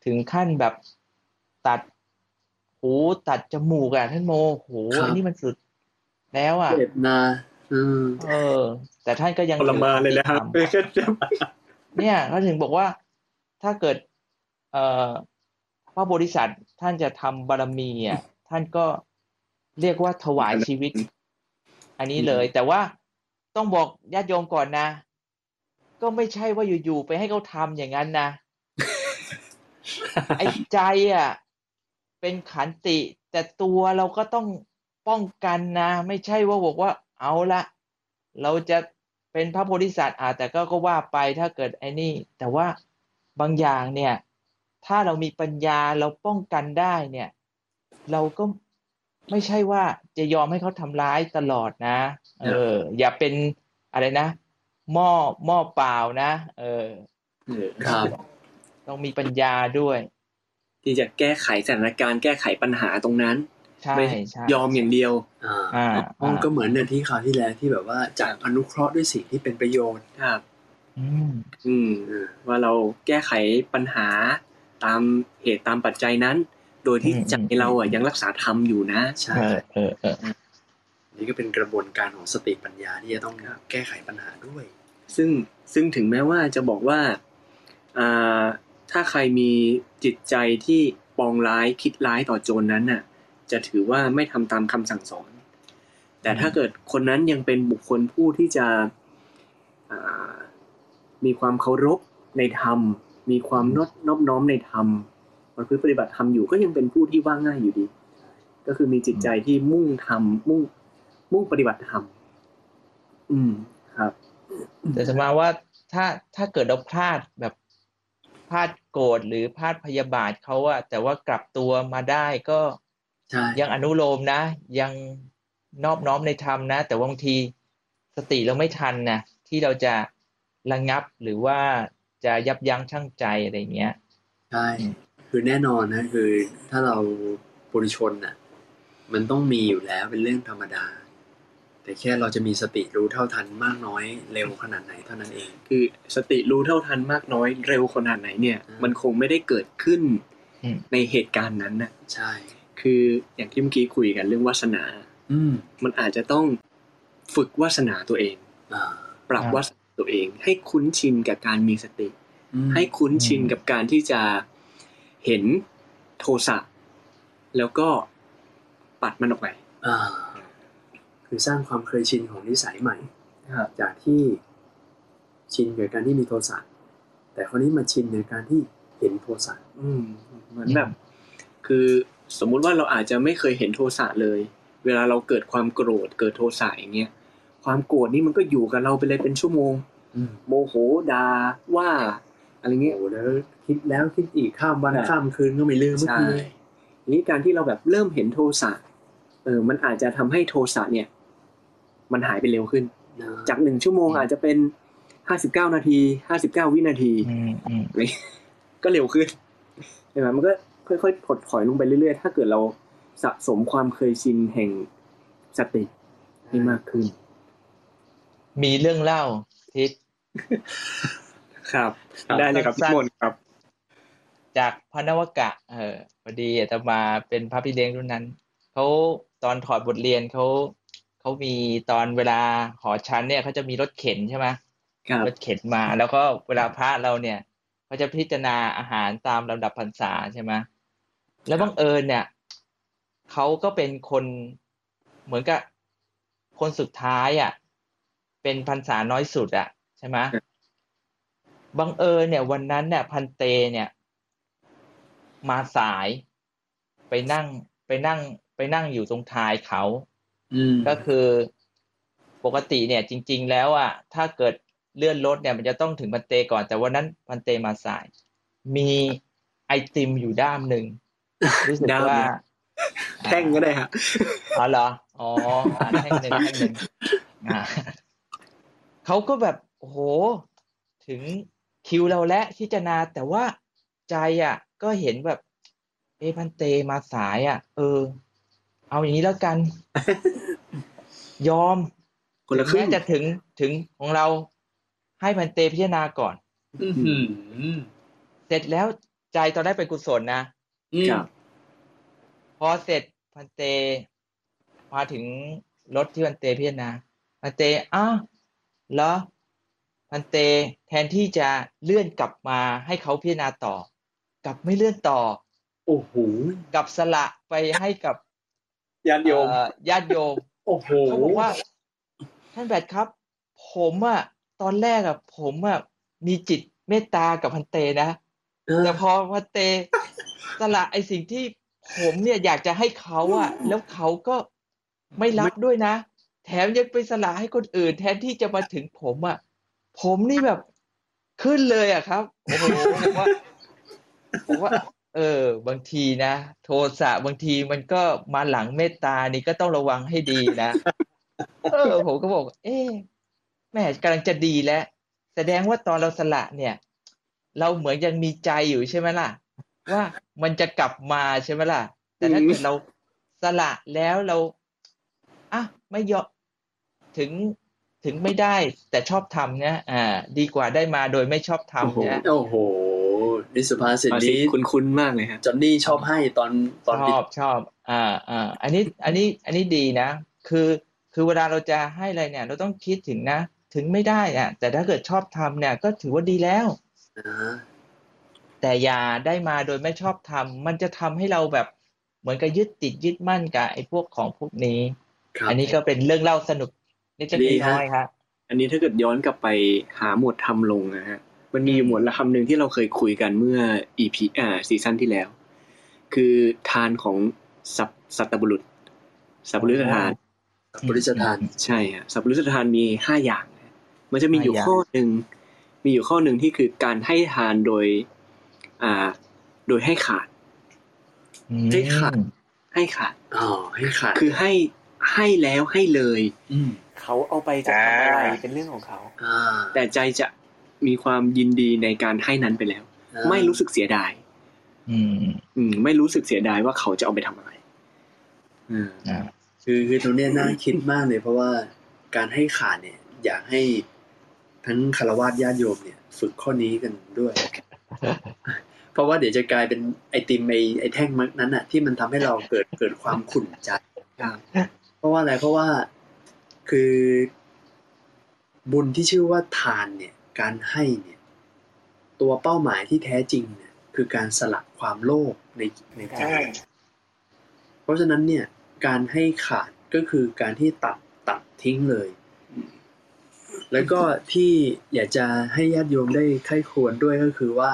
[SPEAKER 2] ถึงขั้นแบบตัดหูตัดจมูกอ่ะท่านโมโหอันนี้มันสุดแล้วอ่ะ
[SPEAKER 3] เจ็บนะอืม
[SPEAKER 2] เออแต่ท่านก็ยัง
[SPEAKER 4] ทรมานเลยนะครับ
[SPEAKER 2] เนี่ยเขาถึงบอกว่าถ้าเกิดเอ่อพระโพธิสัตว์ท่านจะทำบารมีอ่ะท่านก็เรียกว่าถวายชีวิตอันนี้เลยแต่ว่าต้องบอกญาติโยมก่อนนะก็ไม่ใช่ว่าอยู่ๆไปให้เขาทำอย่างนั้นนะไอ้ใจอ่ะเป็นขันติแต่ตัวเราก็ต้องป้องกันนะไม่ใช่ว่าบอกว่าเอาละเราจะเป็นพระโพธิสัตว์อ่ะแต่ก็ก็ว่าไปถ้าเกิดไอ้นี่แต่ว่าบางอย่างเนี่ยถ้าเรามีปัญญาเราป้องกันได้เนี่ยเราก็ไม่ใช่ว่าจะยอมให้เขาทำร้ายตลอดนะเอออย่าเป็นอะไรนะหม้อหม้อเปล่านะเออ
[SPEAKER 3] ครับ
[SPEAKER 2] ต้องมีปัญญาด้วย
[SPEAKER 4] ที่จะแก้ไขสถานการณ์แก้ไขปัญหาตรงนั้นไม่ยอมอย่างเดียว
[SPEAKER 3] อ่าอ่าก็เหมือนในที่คราวที่แล้วที่แบบว่าจะอนุเคราะห์ด้วยสิ่งที่เป็นประโยชน์
[SPEAKER 4] ครับอืมอืมว่าเราแก้ไขปัญหาตามเหตุตามปัจจัยนั้นโดยที่ใจเราอ่ะยังรักษาธรรมอยู่นะ
[SPEAKER 3] ใช่เออเออนี่ก็เป็นกระบวนการของสติปัญญาที่จะต้องแก้ไขปัญหาด้วย
[SPEAKER 4] ซึ่งซึ่งถึงแม้ว่าจะบอกว่าอ่าถ้าใครมีจิตใจที่ปองร้ายคิดร้ายต่อโจรนั้นน่ะจะถือว่าไม่ทำตามคำสั่งสอนแต่ถ้าเกิดคนนั้นยังเป็นบุคคลผู้ที่จะมีความเคารพในธรรมมีความนอบนอบน้อมในธรรมประพฤติปฏิบัติธรรมอยู่ก็ยังเป็นผู้ที่ว่าง่ายอยู่ดีก็คือมีจิตใจที่มุ่งทำมุ่งมุ่งปฏิบัติธรรมอืมครับ
[SPEAKER 2] แต่สมมติว่าถ้าถ้าเกิดเราพลาดแบบพลาดโกรธหรือพลาดพยาบาทเขาอะแต่ว่ากลับตัวมาได้ก็ยังอนุโลมนะยังนอบน้อมในธรรมนะแต่บางทีสติเราไม่ทันนะที่เราจะระงับหรือว่าจะยับยั้งชั่งใจอะไรเงี้ย
[SPEAKER 3] ใช่คือแน่นอนนะคือถ้าเราปุถุชนน่ะมันต้องมีอยู่แล้วเป็นเรื่องธรรมดาแต่แค่เราจะมีสติรู้เท่าทันมากน้อยเร็วขนาดไหนเท่านั้นเอง
[SPEAKER 4] คือสติรู้เท่าทันมากน้อยเร็วขนาดไหนเนี่ยมันคงไม่ได้เกิดขึ้นในเหตุการณ์นั้นนะ
[SPEAKER 3] ใช่
[SPEAKER 4] คืออย่างที่เมื่อกี้คุยกันเรื่องวาสนา
[SPEAKER 3] อืม
[SPEAKER 4] มันอาจจะต้องฝึกวาสนาตัวเองปรับวาสนาตัวเองให้คุ้นชินกับการมีสติให้คุ้นชินกับการที่จะเห็นโทสะแล้วก็ปัดมันออกไป
[SPEAKER 3] คือสร้างความเคยชินของนิสัยใหม่จากที่ชินกับการที่มีโทสะแต่คราวนี้มาชินในการที่เห็นโทสะ
[SPEAKER 4] อืมเหมือนแบบคือสมมุติว่าเราอาจจะไม่เคยเห็นโทสะเลยเวลาเราเกิดความโกรธเกิดโทสะอย่างเงี้ยความโกรธนี่มันก็อยู่กับเราไปเลยเป็นชั่วโมงโมโหด่าว่าอะไรเงี้ย
[SPEAKER 3] โอ้แล้วคิดแล้วคิดอีกข้ามวันข้ามคืนก็ไม่ลืมเมื่อกี้
[SPEAKER 4] ทีนี้การที่เราแบบเริ่มเห็นโทสะเออมันอาจจะทำให้โทสะเนี่ยมันหายไปเร็วขึ้นจากหนึ่งชั่วโมงอาจจะเป็นห้าสิบเก้านาทีห้าสิบเก้าวินาทีอะไรก็เร็วขึ้นใช่ไหมมันก็ค่อยๆถดถอยลงไปเรื่อยๆถ้าเกิดเราสะสมความเคยชินแห่งสติให้มากขึ้น
[SPEAKER 2] มีเรื่องเล่าทิศ
[SPEAKER 4] ครับได้เลยครับพี่มนต์ครับ
[SPEAKER 2] จากพระนวกะเออพอดีอาตมาเป็นพระพี่เลี้ยงรุ่นนั้นเขาตอนถอดบทเรียนเขาเขามีตอนเวลาหอชั้นเนี่ยเขาจะมีรถเข็นใช่ไหมรถเข็นมาแล้วก็เวลาพระเราเนี่ยเขาจะพิจารณาอาหารตามลำดับพรรษาใช่ไหมแล้วบังเอิญเนี่ยเขาก็เป็นคนเหมือนกับคนสุดท้ายอ่ะเป็นพรรษาน้อยสุดอ่ะใช่ไหมบังเอิญเนี่ยวันนั้นเนี่ยพันเตเนี่ยมาสายไปนั่งไปนั่งไปนั่งอยู่ตรงท้ายเขาก็คือปกติเนี่ยจริงๆแล้วอ่ะถ้าเกิดเลื่อนรถเนี่ยมันจะต้องถึงพันเตก่อนแต่วันนั้นพันเตมาสายมีไอติมอยู่ด้ามหนึ่งรู้สึกว่า
[SPEAKER 4] แท่งก็ได้ฮะ
[SPEAKER 2] อ๋อเหรออ๋อแท่งหนึ่งแท่งหนึ่งอ่าเขาก็แบบโอ้โหถึงคิวเราและพิจารณาแต่ว่าใจอ่ะก็เห็นแบบเอพันเตมาสายอ่ะเออเอาอย่างนี้แล้วกันยอม
[SPEAKER 4] คนละครึ่ง
[SPEAKER 2] จะถึงถึงของเราให้พันเตพิจารณาก่อนเสร็จแล้วใจตอนแรกเป็นกุศลนะ
[SPEAKER 3] อืม
[SPEAKER 4] ครับ
[SPEAKER 2] พอเสร็จพันเตมาถึงรถที่พันเตพิจารณาพันเตอ้าวเหรอพันเตแทนที่จะเลื่อนกลับมาให้เขาพิจารณาต่อกลับไม่เลื่อนต่อ
[SPEAKER 3] โอ้โห
[SPEAKER 2] กลับสละไปให้กับ
[SPEAKER 3] ญาติโยม
[SPEAKER 2] เอ่อญาติโยม
[SPEAKER 3] โอ้โห
[SPEAKER 2] เขาบอกว่าท่านแบดครับ ผมอะตอนแรกอะผมอะมีจิตเมตตากับพันเตนะ
[SPEAKER 3] เออ
[SPEAKER 2] แต่พอพันเตสละไอสิ่งที่ผมเนี่ยอยากจะให้เขาอะแล้วเขาก็ไม่รับด้วยนะ แถมยังไปสละให้คนอื่น แทนที่จะมาถึงผมอะผมนี่แบบขึ้นเลยอะครับโอ้โหผมว่าผมว่า เออบางทีนะโทสะบางทีมันก็มาหลังเมตตานี่ก็ต้องระวังให้ดีนะเออผมก็บอก เอ๊ะแม่กำลังจะดีแล้วแสดงว่าตอนเราสละเนี่ย เราเหมือนยังมีใจอยู่ใช่ไหมล่ะ ว่ามันจะกลับมาใช่ไหมล่ะ แต่ถ้าเกิดเราสละแล้วเราอ่ะไม่ยอมถึงถึงไม่ได้ แต่ชอบทำนะอ่า ดีกว่าได้มาโดยไม่ชอบทำนะ
[SPEAKER 3] โอ้โหนิสุภาษิต
[SPEAKER 4] ภาษิต
[SPEAKER 3] นี้
[SPEAKER 4] คุ้นๆมากเลยฮะ
[SPEAKER 3] จอนนี่ชอบให้ตอนตอน
[SPEAKER 2] ชอบชอบอ่าอ่าอันนี้อันนี้อันนี้ดีนะ คือคือเวลาเราจะให้อะไรเนี่ย เราต้องคิดถึงนะ ถึงไม่ได้อ่ะแต่ถ้าเกิดชอบทำเนี่ยก็ถือว่าดีแล้ว
[SPEAKER 3] อ่า
[SPEAKER 2] แต่อย่าได้มาโดยไม่ชอบทำมันจะทำให้เราแบบเหมือนกับยึดติดยึดมั่นกับไอ้พวกของพวกนี้
[SPEAKER 3] ครับ
[SPEAKER 2] อันนี้ก็เป็นเรื่องเล่าสนุกเล็ก
[SPEAKER 3] ดี
[SPEAKER 2] ๆ
[SPEAKER 3] ฮะ
[SPEAKER 2] น้อยๆครับ
[SPEAKER 4] อันนี้ถ้าเกิดย้อนกลับไปหาหมวดธรรมลงนะฮะ มันมีหมวดละคำหนึ่งที่เราเคยคุยกันเมื่อ อี พี อ่าซีซั่นที่แล้ว คือทานของสัตสัตบุรุษ สัพพุริสทาน
[SPEAKER 3] บริสทาน
[SPEAKER 4] ใช่ฮะสัพพุริสทานมีห้าอย่าง มันจะมีอยู่
[SPEAKER 2] ห้าอย่าง
[SPEAKER 4] ข้อหนึ่งมีอยู่ข้อหนึ่งที่คือการให้ทานโดย อ่า โดยให้ขาด ให้ขาด ให้ขาด
[SPEAKER 3] อ๋อให้ขาด
[SPEAKER 4] คือให้ให้แล้วให้เลย
[SPEAKER 3] อืม
[SPEAKER 4] เขาเอาไปจะทำอะไรเป็นเรื่องของเขา
[SPEAKER 3] อ่า
[SPEAKER 4] แต่ใจจะมีความยินดีในการให้นั้นไปแล้ว
[SPEAKER 3] อ่า
[SPEAKER 4] ไม่รู้สึกเสียดาย
[SPEAKER 2] อืม
[SPEAKER 4] อืม ไม่รู้สึกเสียดายว่าเขาจะเอาไปทำอะไร อืม
[SPEAKER 2] อ่า
[SPEAKER 3] คือคือตรงเนี้ยน่าคิดมากเลยเพราะว่าการให้ขาดเนี่ย อยากให้ทั้งคฤหัสถ์ญาติโยมเนี่ย ฝึกข้อนี้กันด้วย เพราะว่าเดี๋ยวจะกลายเป็นไอติมไอไอแท่งมันนั้นอ่ะ ที่มันทำให้เราเกิดเกิดความขุ่นใจ
[SPEAKER 4] ครับ
[SPEAKER 3] เพราะว่าอะไรเพราะว่าคือบุญที่ชื่อว่าทานเนี่ย การให้เนี่ย ตัวเป้าหมายที่แท้จริงเนี่ย คือการสละความโลภในในใจ เพราะฉะนั้นเนี่ย การให้ขาดก็คือการที่ตัดตัดทิ้งเลย แล้วก็ที่อยากจะให้ญาติโยมได้ไข้ควรด้วยก็คือว่า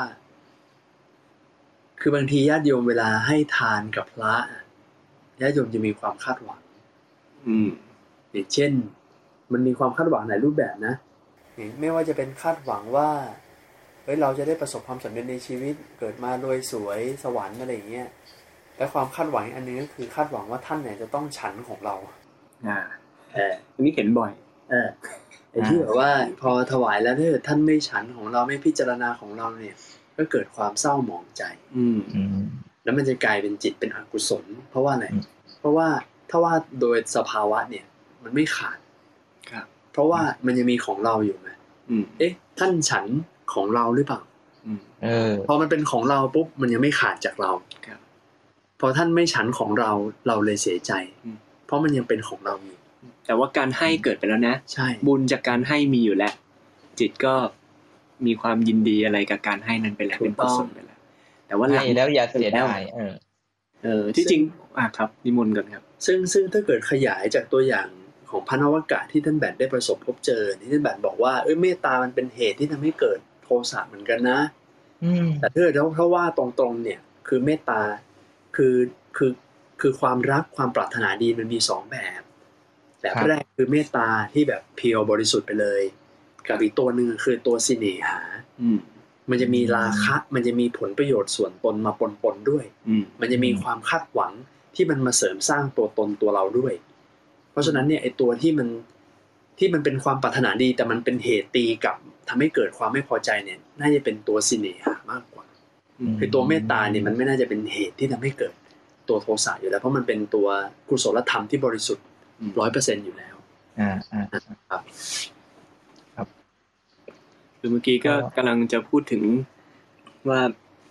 [SPEAKER 3] คือบางทีญาติโยมเวลาให้ทานกับพระญาติโยมจะมีความคาดหวัง
[SPEAKER 4] อืม
[SPEAKER 3] อย่างเช่น มันมีความคาดหวังหลายรูปแบบนะไม่ว่าจะเป็นคาดหวังว่าเฮ้ยเราจะได้ประสบความสำเร็จในชีวิตเกิดมารวยสวยสวรรค์อะไรอย่างเงี้ยและความคาดหวังอันนึงก็คือคาดหวังว่าท่านเนี่ยจะต้องฉันของเรา
[SPEAKER 4] อ่า
[SPEAKER 3] เออ
[SPEAKER 4] อันนี้เห็นบ่อย
[SPEAKER 3] เออไอ้ที่แบบว่าพอถวายแล้วถ้าเกิดท่านไม่ฉันของเราไม่พิจารณาของเราเนี่ย ก็เกิดความเศร้าหมองใจ
[SPEAKER 4] อืม
[SPEAKER 2] อืม
[SPEAKER 3] แล้วมันจะกลายเป็นจิตเป็นอกุศลเพราะว่าอะไร
[SPEAKER 2] อืม
[SPEAKER 3] เพราะว่าถ้าว่าโดยสภาวะเนี่ย มันไม่ขาด
[SPEAKER 4] ครับ
[SPEAKER 3] เพราะว่ามันยังมีของเราอยู่ไหม
[SPEAKER 4] อืม
[SPEAKER 3] เอ๊ะท่านฉันของเราหรือเปล่า
[SPEAKER 4] อืม
[SPEAKER 2] เออ
[SPEAKER 3] พอมันเป็นของเราปุ๊บมันยังไม่ขาดจากเรา
[SPEAKER 4] ครับ
[SPEAKER 3] พอท่านไม่ฉันของเราเราเลยเสียใจ
[SPEAKER 4] อืม
[SPEAKER 3] เพราะมันยังเป็นของเราอยู่
[SPEAKER 4] แต่ว่าการให้เกิดไปแล้วนะ
[SPEAKER 3] ใช่
[SPEAKER 4] บุญจากการให้มีอยู่แล้ว จิตก็มีความยินดีอะไรกับการให้นั้นไปแล้วเป็นกุศลไปแล้ว แต่ว่าหลั
[SPEAKER 2] ให้
[SPEAKER 4] ง
[SPEAKER 2] แล้วอย่าเสียดายเออ
[SPEAKER 4] เออที่จริงอ่ะครับนิมนต์ก่อนครับ
[SPEAKER 3] ซึ่งซึ่งถ้าเกิดขยายจากตัวอย่างของพระนวากะที่ท่านแบดได้ประสบพบเจอที่ท่านแบดบอกว่าเอ้ยเมตตามันเป็นเหตุที่ทำให้เกิดโทสะเหมือนกันนะ
[SPEAKER 2] อืม
[SPEAKER 3] แต่ถ้าเกิดถ้าว่าตรงๆเนี่ยคือเมตตาคือคือคือความรักความปรารถนาดีมันมีสองแบบแบบ
[SPEAKER 2] ครับ
[SPEAKER 3] แรกคือเมตตาที่แบบเพียวบริสุทธิ์ไปเลยกับอีกตัวหนึ่งคือตัวสิเนหา
[SPEAKER 4] อืม
[SPEAKER 3] มันจะมีราคะมันจะมีผลประโยชน์ส่วนตนมาปนๆด้วย
[SPEAKER 4] อืม
[SPEAKER 3] มันจะมีความคาดหวังที่มันมาเสริมสร้างตัวตนตัวเราด้วย เพราะฉะนั้นเนี่ยไอตัวที่มันที่มันเป็นความปรารถนาดีแต่มันเป็นเหตุตีกับทำให้เกิดความไม่พอใจเนี่ย น่าจะเป็นตัวสิเนหามากกว่า
[SPEAKER 4] อืม
[SPEAKER 3] คือตัวเมตตาเนี่ยมันไม่น่าจะเป็นเหตุที่ทำให้เกิดตัวโทสะอยู่แล้วเพราะมันเป็นตัวกุศลธรรมที่บริสุทธิ์ร้อยเปอร์เซ็นต์อยู่แล้ว
[SPEAKER 2] อ่าอ่า
[SPEAKER 3] ครับ
[SPEAKER 4] คือเมื่อกี้ก็กำลังจะพูดถึงว่า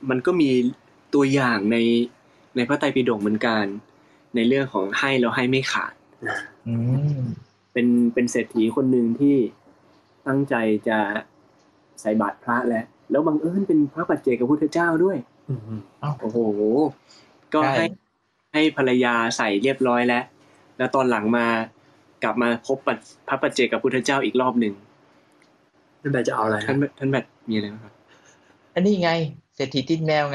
[SPEAKER 4] มันก็มีตัวอย่างในในพระไตรปิฎกเหมือนกันในเรื่องของให้แล้วให้ไม่ขาด
[SPEAKER 2] อืม
[SPEAKER 4] เป็นเป็นเศรษฐีคนหนึ่งที่ตั้งใจจะใส่บาตรพระแล้วแล้วบังเอิญเป็นพระปัจเจกพุทธเจ้าด้วยโอ้โหก็ให้ให้ภรรยาใส่เรียบร้อยแล้วแล้วตอนหลังมากลับมาพบพระปัจเจกพุทธเจ้าอีกรอบหนึ่ง
[SPEAKER 3] ท่านแบบจะเอาอะไร
[SPEAKER 4] ท่านท่านแบบมีอะไรครับ
[SPEAKER 2] อันนี้ไงเศรษฐีติดแมวไง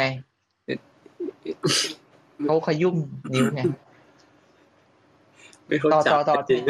[SPEAKER 2] เขาขยุ่มนิ้วไง
[SPEAKER 3] ไม่เข้าใจจริง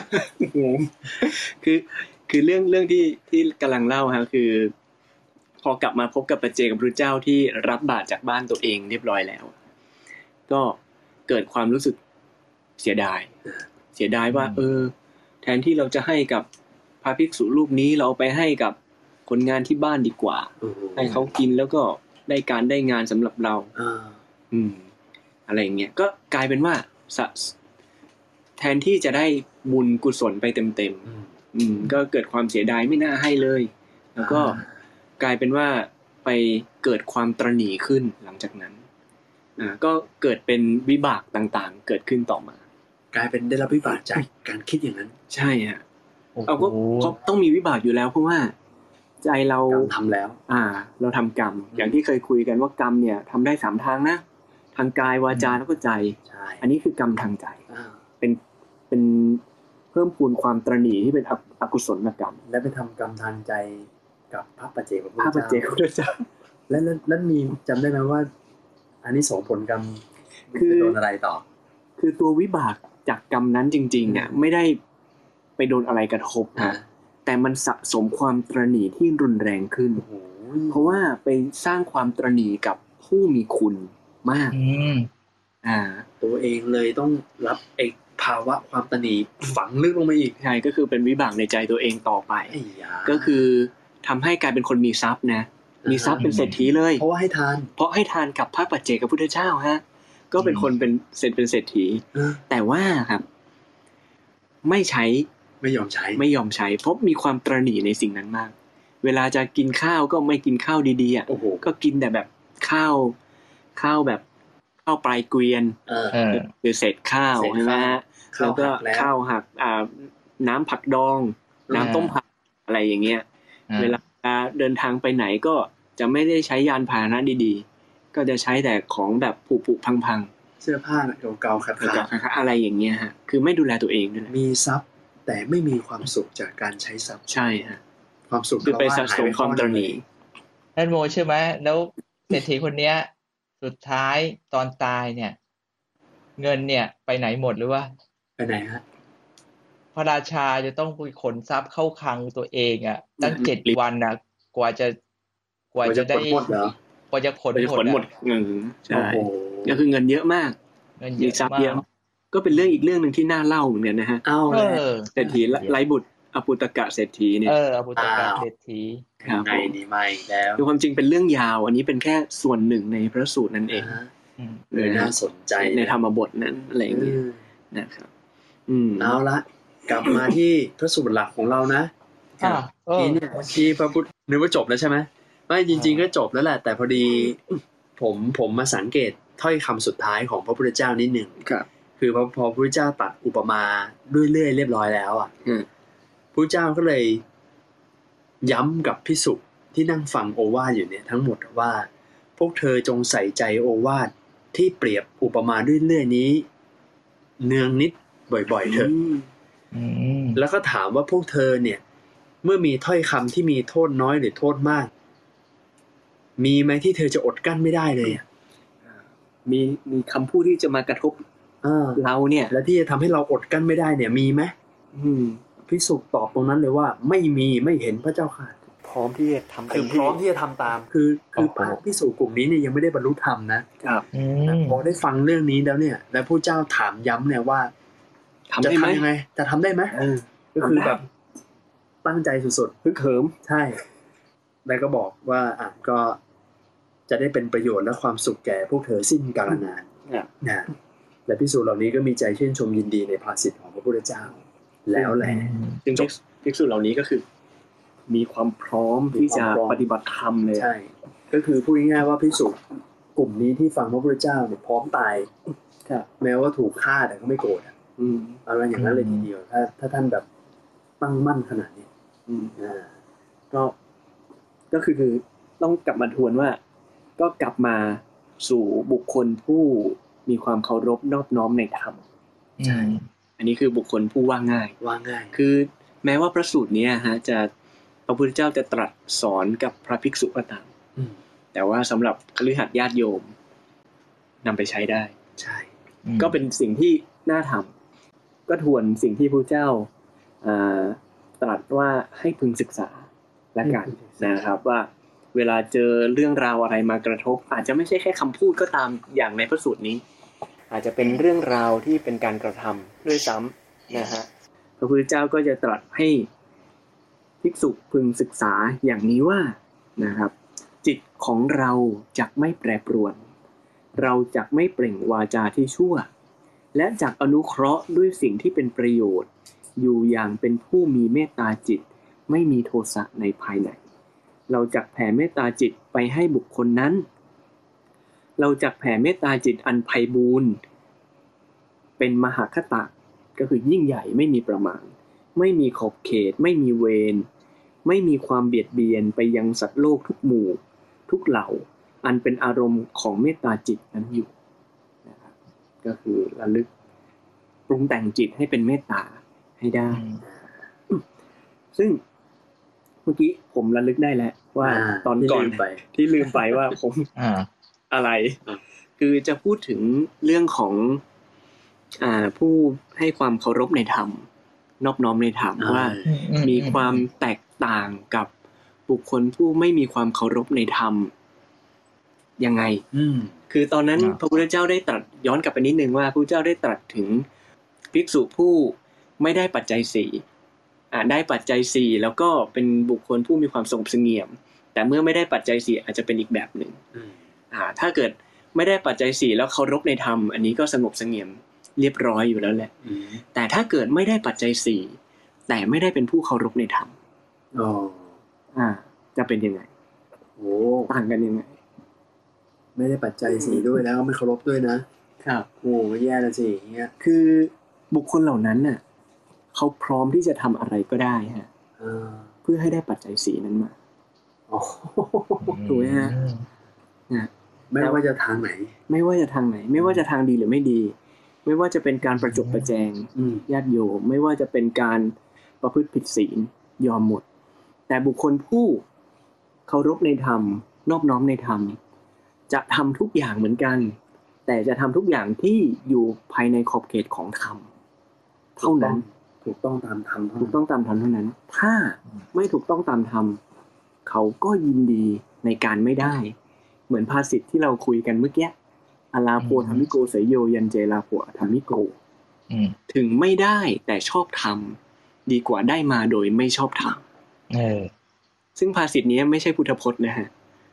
[SPEAKER 4] คือคือเรื่องเรื่องที่ที่กำลังเล่าครับคือพอกลับมาพบกับปัจเจกพุทธเจ้าที่รับบาตรจากบ้านตัวเองเรียบร้อยแล้วก็เกิดความรู้สึกเสียดายเสียดายว่าเออแทนที่เราจะให้กับพระภิกษุรูปนี้เราไปให้กับคนงานที่บ้านดีกว่าให้เขากินแล้วก็ได้การได้งานสำหรับเราอืมอะไรอย่างเงี้ยก็กลายเป็นว่าแทนที่จะได้บุญกุศลไปเต็มๆอืมก็เกิดความเสียดายไม่น่าให้เลยแล้วก็กลายเป็นว่าไปเกิดความตระหนี่ขึ้นหลังจากนั้นอ่าก็เกิดเป็นวิบากต่างๆเกิดขึ้นต่อมาก
[SPEAKER 3] ลายเป็นได้รับวิบากจากการคิดอย่างนั้น
[SPEAKER 4] ใช่ฮะเอาก็ต้องมีวิบากอยู่แล้วเพราะว่าใจเรา
[SPEAKER 3] ทำแล้ว
[SPEAKER 4] อ่าเราทำกรรมอย่างที่เคยคุยกันว่ากรรมเนี่ยทำได้สามทางนะทางกายวาจาแล้วก็ใจอันนี้คือกรรมทางใจเป็นเป็นเพิ่มพูนความตระหนี่ที่เป็นอกุศลกรรม
[SPEAKER 3] และไปทำกรรมทางใจกับพระปัจเจกพุทธ
[SPEAKER 4] เจ้าพระปัจเจกพุทธเจ้า
[SPEAKER 3] และแล้วมีจำได้ไหมว่าอันนี้ส่งผลกรรมคือโดนอะไรต่อ
[SPEAKER 4] คือตัววิบากจากกรรมนั้นจริงๆเนี่ยไม่ได้ไปโดนอะไรกระทบนะแต่มันสะสมความตระหนี่ที่รุนแรงขึ้นเพราะว่าไปสร้างความตระหนี่กับผู้มีคุณมากอ่า
[SPEAKER 3] ตัวเองเลยต้องรับไอ้ภาวะความตระหนี่ฝังลึกลงมาอีก
[SPEAKER 4] ใช่ก็คือเป็นวิบากในใจตัวเองต่อไปก็คือทำให้กลายเป็นคนมีทรัพย์นะมีทรัพย์เป็นเศรษฐีเลย
[SPEAKER 3] เพราะว่าให้ทาน
[SPEAKER 4] เพราะให้ทานกับพระปัจเจกพุทธเจ้าฮะก็เป็นคนเป็นเศรษฐเป็นเศรษฐีแต่ว่าครับไม่ใช้
[SPEAKER 3] ไม่ยอมใช้
[SPEAKER 4] ไม่ยอมใช้เพราะมีความตระหนี่ในสิ่งนั้นมากเวลาจะกินข้าวก็ไม่กินข้าวดีๆอ่ะก็กินแต่แบบข้าวข้าวแบบข้าวปลายเกวียนคือเศษข้าวใช่ไหมฮะแล้วก็ข้าวหักอ่าน้ำผักดองน้ำต้มผักอะไรอย่างเงี้ยเวลาเดินทางไปไหนก็จะไม่ได้ใช้ยานพาหนะดีๆก็จะใช้แต่ของแบบผุๆพัง
[SPEAKER 3] ๆเสื้อผ้าเก่าๆขาด
[SPEAKER 4] ๆอะไรอย่างเงี้ยฮะคือไม่ดูแลตัวเองด้วย
[SPEAKER 3] มีทรัพย์แต่ไม่มีความสุขจากการใช้ทรัพย์
[SPEAKER 4] ใช่ฮะ
[SPEAKER 3] ความสุข
[SPEAKER 4] คือไปสะสมความตระหนี่
[SPEAKER 2] นั่นโมใช่ไหมแล้วเศรษฐีคนเนี้ยสุดท้ายตอนตายเนี่ยเงินเนี่ยไปไหนหมดหรือว่า
[SPEAKER 3] ไปไหนฮะ
[SPEAKER 2] พระราชาจะต้องไปขนทรัพย์เข้าคลังตัวเองอ่ะตั้งเจ็ดวันนะกว่าจะกว่าจะได้กว่าจะขน
[SPEAKER 4] หมดเงินใช่ก็คือเงินเยอะมาก
[SPEAKER 2] เงินเยอะมาก
[SPEAKER 4] ก็เป็นเรื่องอีกเรื่องนึงที่น่าเล่าเหมือนกันนะฮะ
[SPEAKER 3] เอาเลย
[SPEAKER 4] เศรษฐีไร้บุตรอปุตกะเศรษฐีเนี่ย
[SPEAKER 2] เอออปุตกะเศรษฐี
[SPEAKER 3] ครับในนี้ไม่แล้ว
[SPEAKER 4] คือความจริงเป็นเรื่องยาวอันนี้เป็นแค่ส่วนหนึ่งในพระสูตรนั่นเอง
[SPEAKER 3] เลยน่าสนใจ
[SPEAKER 4] ในธรรมบทนั้นอะไรอย่างเงี้ยนะครับอืม
[SPEAKER 3] เอาละกลับมาที่พระสูตรหลักของเรานะนี่เนี่ยที่พระพุทธนึกว่าจบแล้วใช่ไหมไม่จริงๆก็จบแล้วแหละแต่พอดีผมผมมาสังเกตถ้อยคำสุดท้ายของพระพุทธเจ้านิดหนึ่งคือพอพอพระพุทธเจ้าตัดอุปมาด้วยเลื่อยเรียบร้อยแล้วอ่ะพระเจ้าก็เลยย้ำกับภิกษุที่นั่งฟังโอวาทอยู่เนี่ยทั้งหมดว่าพวกเธอจงใส่ใจโอวาทที่เปรียบอุปมาด้วยเลื่อยนี้เนืองนิดบ่อยๆเถอะแล้วก็ถามว่าพวกเธอเนี่ยเมื่อมีถ้อยคำที่มีโทษน้อยหรือโทษมากมีไหมที่เธอจะอดกั้นไม่ได้เลย
[SPEAKER 4] มีมีคำพูดที่จะมากระทบเราเนี่ย
[SPEAKER 3] และที่จะทำให้เราอดกั้นไม่ได้เนี่ยมีไหมภิกษุตอบตรงนั้นเลยว่าไม่มีไม่เห็นพระเจ้าค่ะ
[SPEAKER 4] พร้อมที่จะทำ
[SPEAKER 3] คือพร้อมที่จะทำตามคือคือพระภิกษุกลุ่มนี้เนี่ยยังไม่ได้บรรลุธรรมนะครับพอได้ฟังเรื่องนี้แล้วเนี่ยแล้วพระเจ้าถามย้ำเนี่ยว่าจะทำยังไงจะทำได้ไหมก็คือแบบตั้งใจสุดๆ
[SPEAKER 4] ฮึกเหิม
[SPEAKER 3] ใช่แล้วก็บอกว่าอ่ะก็จะได้เป็นประโยชน์และความสุขแก่พวกเธอสิ้นกาลนานนะและภิกษุเหล่านี้ก็มีใจชื่นชมยินดีในภาษิตของพระพุทธเจ้าแล้วแหละ
[SPEAKER 4] จึงภิกษุเหล่านี้ก็คือมีความพร้อมที่จะปฏิบัติธรรมเลย
[SPEAKER 3] ใช่ก็คือพูดง่ายๆว่าภิกษุกลุ่มนี้ที่ฟังพระพุทธเจ้าเนี่ยพร้อมตายแม้ว่าถูกฆ่าแต่ก็ไม่โกรธอ่ะอะไรอย่างนั้นเลยทีเดียวถ้าถ้าท่านแบบตั้งมั่นขนาดนี้อ่า
[SPEAKER 4] ก็ก็คือคือต้องกลับมาทวนว่าก็กลับมาสู่บุคคลผู้มีความเคารพนอบน้อมในธรรม
[SPEAKER 3] ใช่
[SPEAKER 4] อันนี้คือบุคคลผู้ว่าง่าย
[SPEAKER 3] ว่าง่าย
[SPEAKER 4] คือแม้ว่าพระสูตรนี้ฮะจะพระพุทธเจ้าจะตรัสสอนกับพระภิกษุก็ตามแต่ว่าสำหรับคฤหัสถ์ญาติโยมนำไปใช้ได้
[SPEAKER 3] ใช่
[SPEAKER 4] ก็เป็นสิ่งที่น่าทำก็ทวนสิ่งที่พระเจ้าตรัสว่าให้พึงศึกษาและกันนะครับว่าเวลาเจอเรื่องราวอะไรมากระทบอาจจะไม่ใช่แค่คำพูดก็ตามอย่างในพระสูตรนี้อาจจะเป็นเรื่องราวที่เป็นการกระทำด้วยซ้ำนะฮะพระพุทธเจ้าก็จะตรัสให้ภิกษุพึงศึกษาอย่างนี้ว่านะครับจิตของเราจักไม่แปรปรวนเราจักไม่เปล่งวาจาที่ชั่วและจักอนุเคราะห์ด้วยสิ่งที่เป็นประโยชน์อยู่อย่างเป็นผู้มีเมตตาจิตไม่มีโทสะในภายในเราจักแผ่เมตตาจิตไปให้บุคคลนั้นเราจักแผ่เมตตาจิตอันไพบูลย์เป็นมหคตะก็คือยิ่งใหญ่ไม่มีประมาณไม่มีขอบเขตไม่มีเวรไม่มีความเบียดเบียนไปยังสัตว์โลกทุกหมู่ทุกเหล่าอันเป็นอารมณ์ของเมตตาจิตนั้นอยู่นะครับก็คือระลึกปรุงแต่งจิตให้เป็นเมตตาให้ได้ซึ่งเมื่อกี้ผมระลึกได้แล้วว่าตอนก่อนที่ลืมไปว่าผมอะไรคือจะพูดถึงเรื่องของอ่าผู้ให้ความเคารพในธรรมนอบน้อมในธรรมว่ามีความแตกต่างกับบุคคลผู้ไม่มีความเคารพในธรรมยังไงคือตอนนั้นพระพุทธเจ้าได้ตรัสย้อนกลับไปนิดนึงว่าพระพุทธเจ้าได้ตรัสถึงภิกษุผู้ไม่ได้ปัจจัยสี่อ่าได้ปัจจัยสี่แล้วก็เป็นบุคคลผู้มีความสงบเสงี่ยมแต่เมื่อไม่ได้ปัจจัยสี่อาจจะเป็นอีกแบบหนึ่งอ่าถ้าเกิดไม่ได้ปัจจัยสี่แล้วเคารพในธรรมอันนี้ก็สงบเสงี่ยมเรียบร้อยอยู่แล้วแหละแต่ถ้าเกิดไม่ได้ปัจจัยสี่แต่ไม่ได้เป็นผู้เคารพในธรรม
[SPEAKER 3] อ๋อ
[SPEAKER 4] อ่าจะเป็นยังไง
[SPEAKER 3] โอ้
[SPEAKER 4] ต่างกันยังไง
[SPEAKER 3] ไม่ได้ปัจจัยสี่ด้วยแล้วไม่เคารพด้วยนะครับโอ้แย่ละสิอย่างเงี้ย
[SPEAKER 4] คือบุคคลเหล่านั้นน่ะเขาพร้อมที่จะทำอะไรก็ได้ฮะเพื่อให้ได้ปัจจัยสี่นั้นมา
[SPEAKER 3] อ๋อ
[SPEAKER 4] ถูกไหมฮะ
[SPEAKER 3] นะไม่ว่าจะทางไหน
[SPEAKER 4] ไม่ว่าจะทางไหนไม่ว่าจะทางดีหรือไม่ดีไม่ว่าจะเป็นการประจบประแจงญาติโยมไม่ว่าจะเป็นการประพฤติผิดศีลยอมหมดแต่บุคคลผู้เคารพในธรรมนอบน้อมในธรรมจะทำทุกอย่างเหมือนกันแต่จะทำทุกอย่างที่อยู่ภายในขอบเขตของธรรมเท่านั้น
[SPEAKER 3] ถูกต้องตามธรรม
[SPEAKER 4] ถูกต้องตามธรรมเท่านั้นถ้าไม่ถูกต้องตามธรรมเขาก็ยินดีในการไม่ได้เหมือนภาษิตที่เราคุยกันเมื่อกี้อลาโภธรรมิโกเสยโยยันเจลาโภธรรมิโกถึงไม่ได้แต่ชอบทำดีกว่าได้มาโดยไม่ชอบทำ
[SPEAKER 2] เออ
[SPEAKER 4] ซึ่งภาษิตนี้ไม่ใช่พุทธพจน์นะฮะ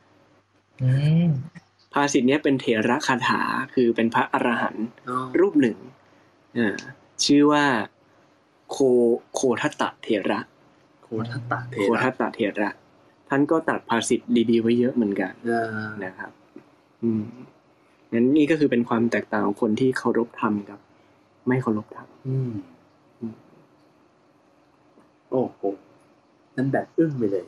[SPEAKER 4] ภาษิตนี้เป็นเถระคาถาคือเป็นพระอรหันต์รูปหนึ่งอ่าชื่อว่าโคโคทัตตะเถระ
[SPEAKER 3] โคทัตตะเถระ
[SPEAKER 4] โคทัตตะเถระท่านก็ตัดภาษิตดีๆไว้เยอะเหมือนกันนะครับอืมงั้นนี่ก็คือเป็นความแตกต่างของคนที่เคารพธรรมกับไม่เคารพธรรม
[SPEAKER 3] อืมโอ้โหนั่นแบบอึ้งไปเลย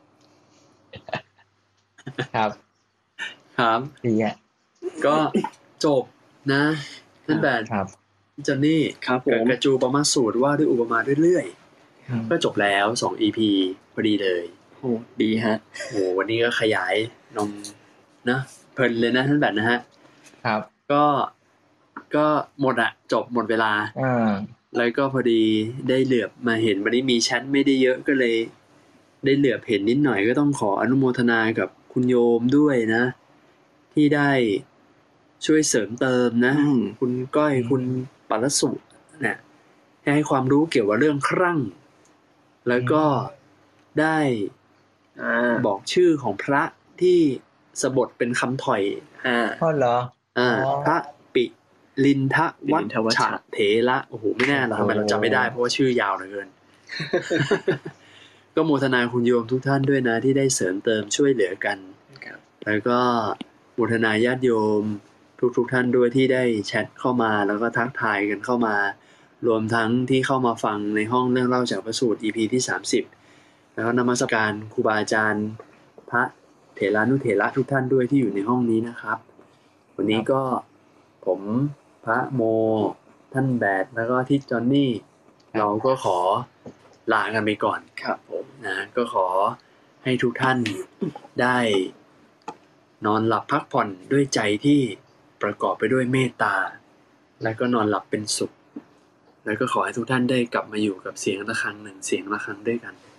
[SPEAKER 2] ครับ
[SPEAKER 3] ครับ
[SPEAKER 2] ดีอ่ะ
[SPEAKER 3] ก็จบนะนั่นแบบ
[SPEAKER 2] ครับ
[SPEAKER 3] จอนนี่
[SPEAKER 4] ครับผม
[SPEAKER 3] กระจูปมาสูตรว่าด้วยอุปมาเรื่อยๆก็จบแล้วสอง อี พี พอดีเลย
[SPEAKER 4] โอ้ดีฮะ
[SPEAKER 3] โอ้วันนี้ก็ขยายนมนะเพลินเลยนะท่านแบบนะฮะ
[SPEAKER 2] ครับ
[SPEAKER 3] ก็ก็หมดอะจบหมดเวลา
[SPEAKER 2] อ่า
[SPEAKER 3] แล้วก็พอดีได้เหลือบมาเห็นวันนี้มีแชทไม่ได้เยอะก็เลยได้เหลือบเห็นนิดหน่อยก็ต้องขออนุโมทนากับคุณโยมด้วยนะที่ได้ช่วยเสริมเติมนะคุณก้อยคุณปรสุเนี่ยให้ความรู้เกี่ยวกับเรื่องครั่งแล้วก็ได้บอกชื่อของพระที่สบทเป็นคำถอย
[SPEAKER 2] อ่าอ๋อเหรอ
[SPEAKER 3] อ่าพระปิลินทวัชชะเถระโอ้โหไม่แน่หรอกทำไมเราจำไม่ได้เพราะว่าชื่อยาวเหลือเกิน ก็โมทนาคุณโยมทุกท่านด้วยนะที่ได้เสริมเติมช่วยเหลือกันแล้วก็อนุโมทนาญาติโยมทุกๆท่านด้วยที่ได้แชทเข้ามาแล้วก็ทักทายกันเข้ามารวมทั้งที่เข้ามาฟังในห้องเรื่องเล่าจากพระสูตร อี พี ที่สามสิบแล้วก็นมัสการครูบาอาจารย์พระเถรานุเถระทุกท่านด้วยที่อยู่ในห้องนี้นะครับวันนี้ก็ผมพระโมท่านแบดแล้วก็ที่จอนนี่เราก็ขอลากันไปก่อนครับผมนะก็ขอให้ทุกท่านได้นอนหลับพักผ่อนด้วยใจที่ประกอบไปด้วยเมตตาและก็นอนหลับเป็นสุขแล้วก็ขอให้ทุกท่านได้กลับมาอยู่กับเสียงระฆังหนึ่งเสียงระฆังด้วยกัน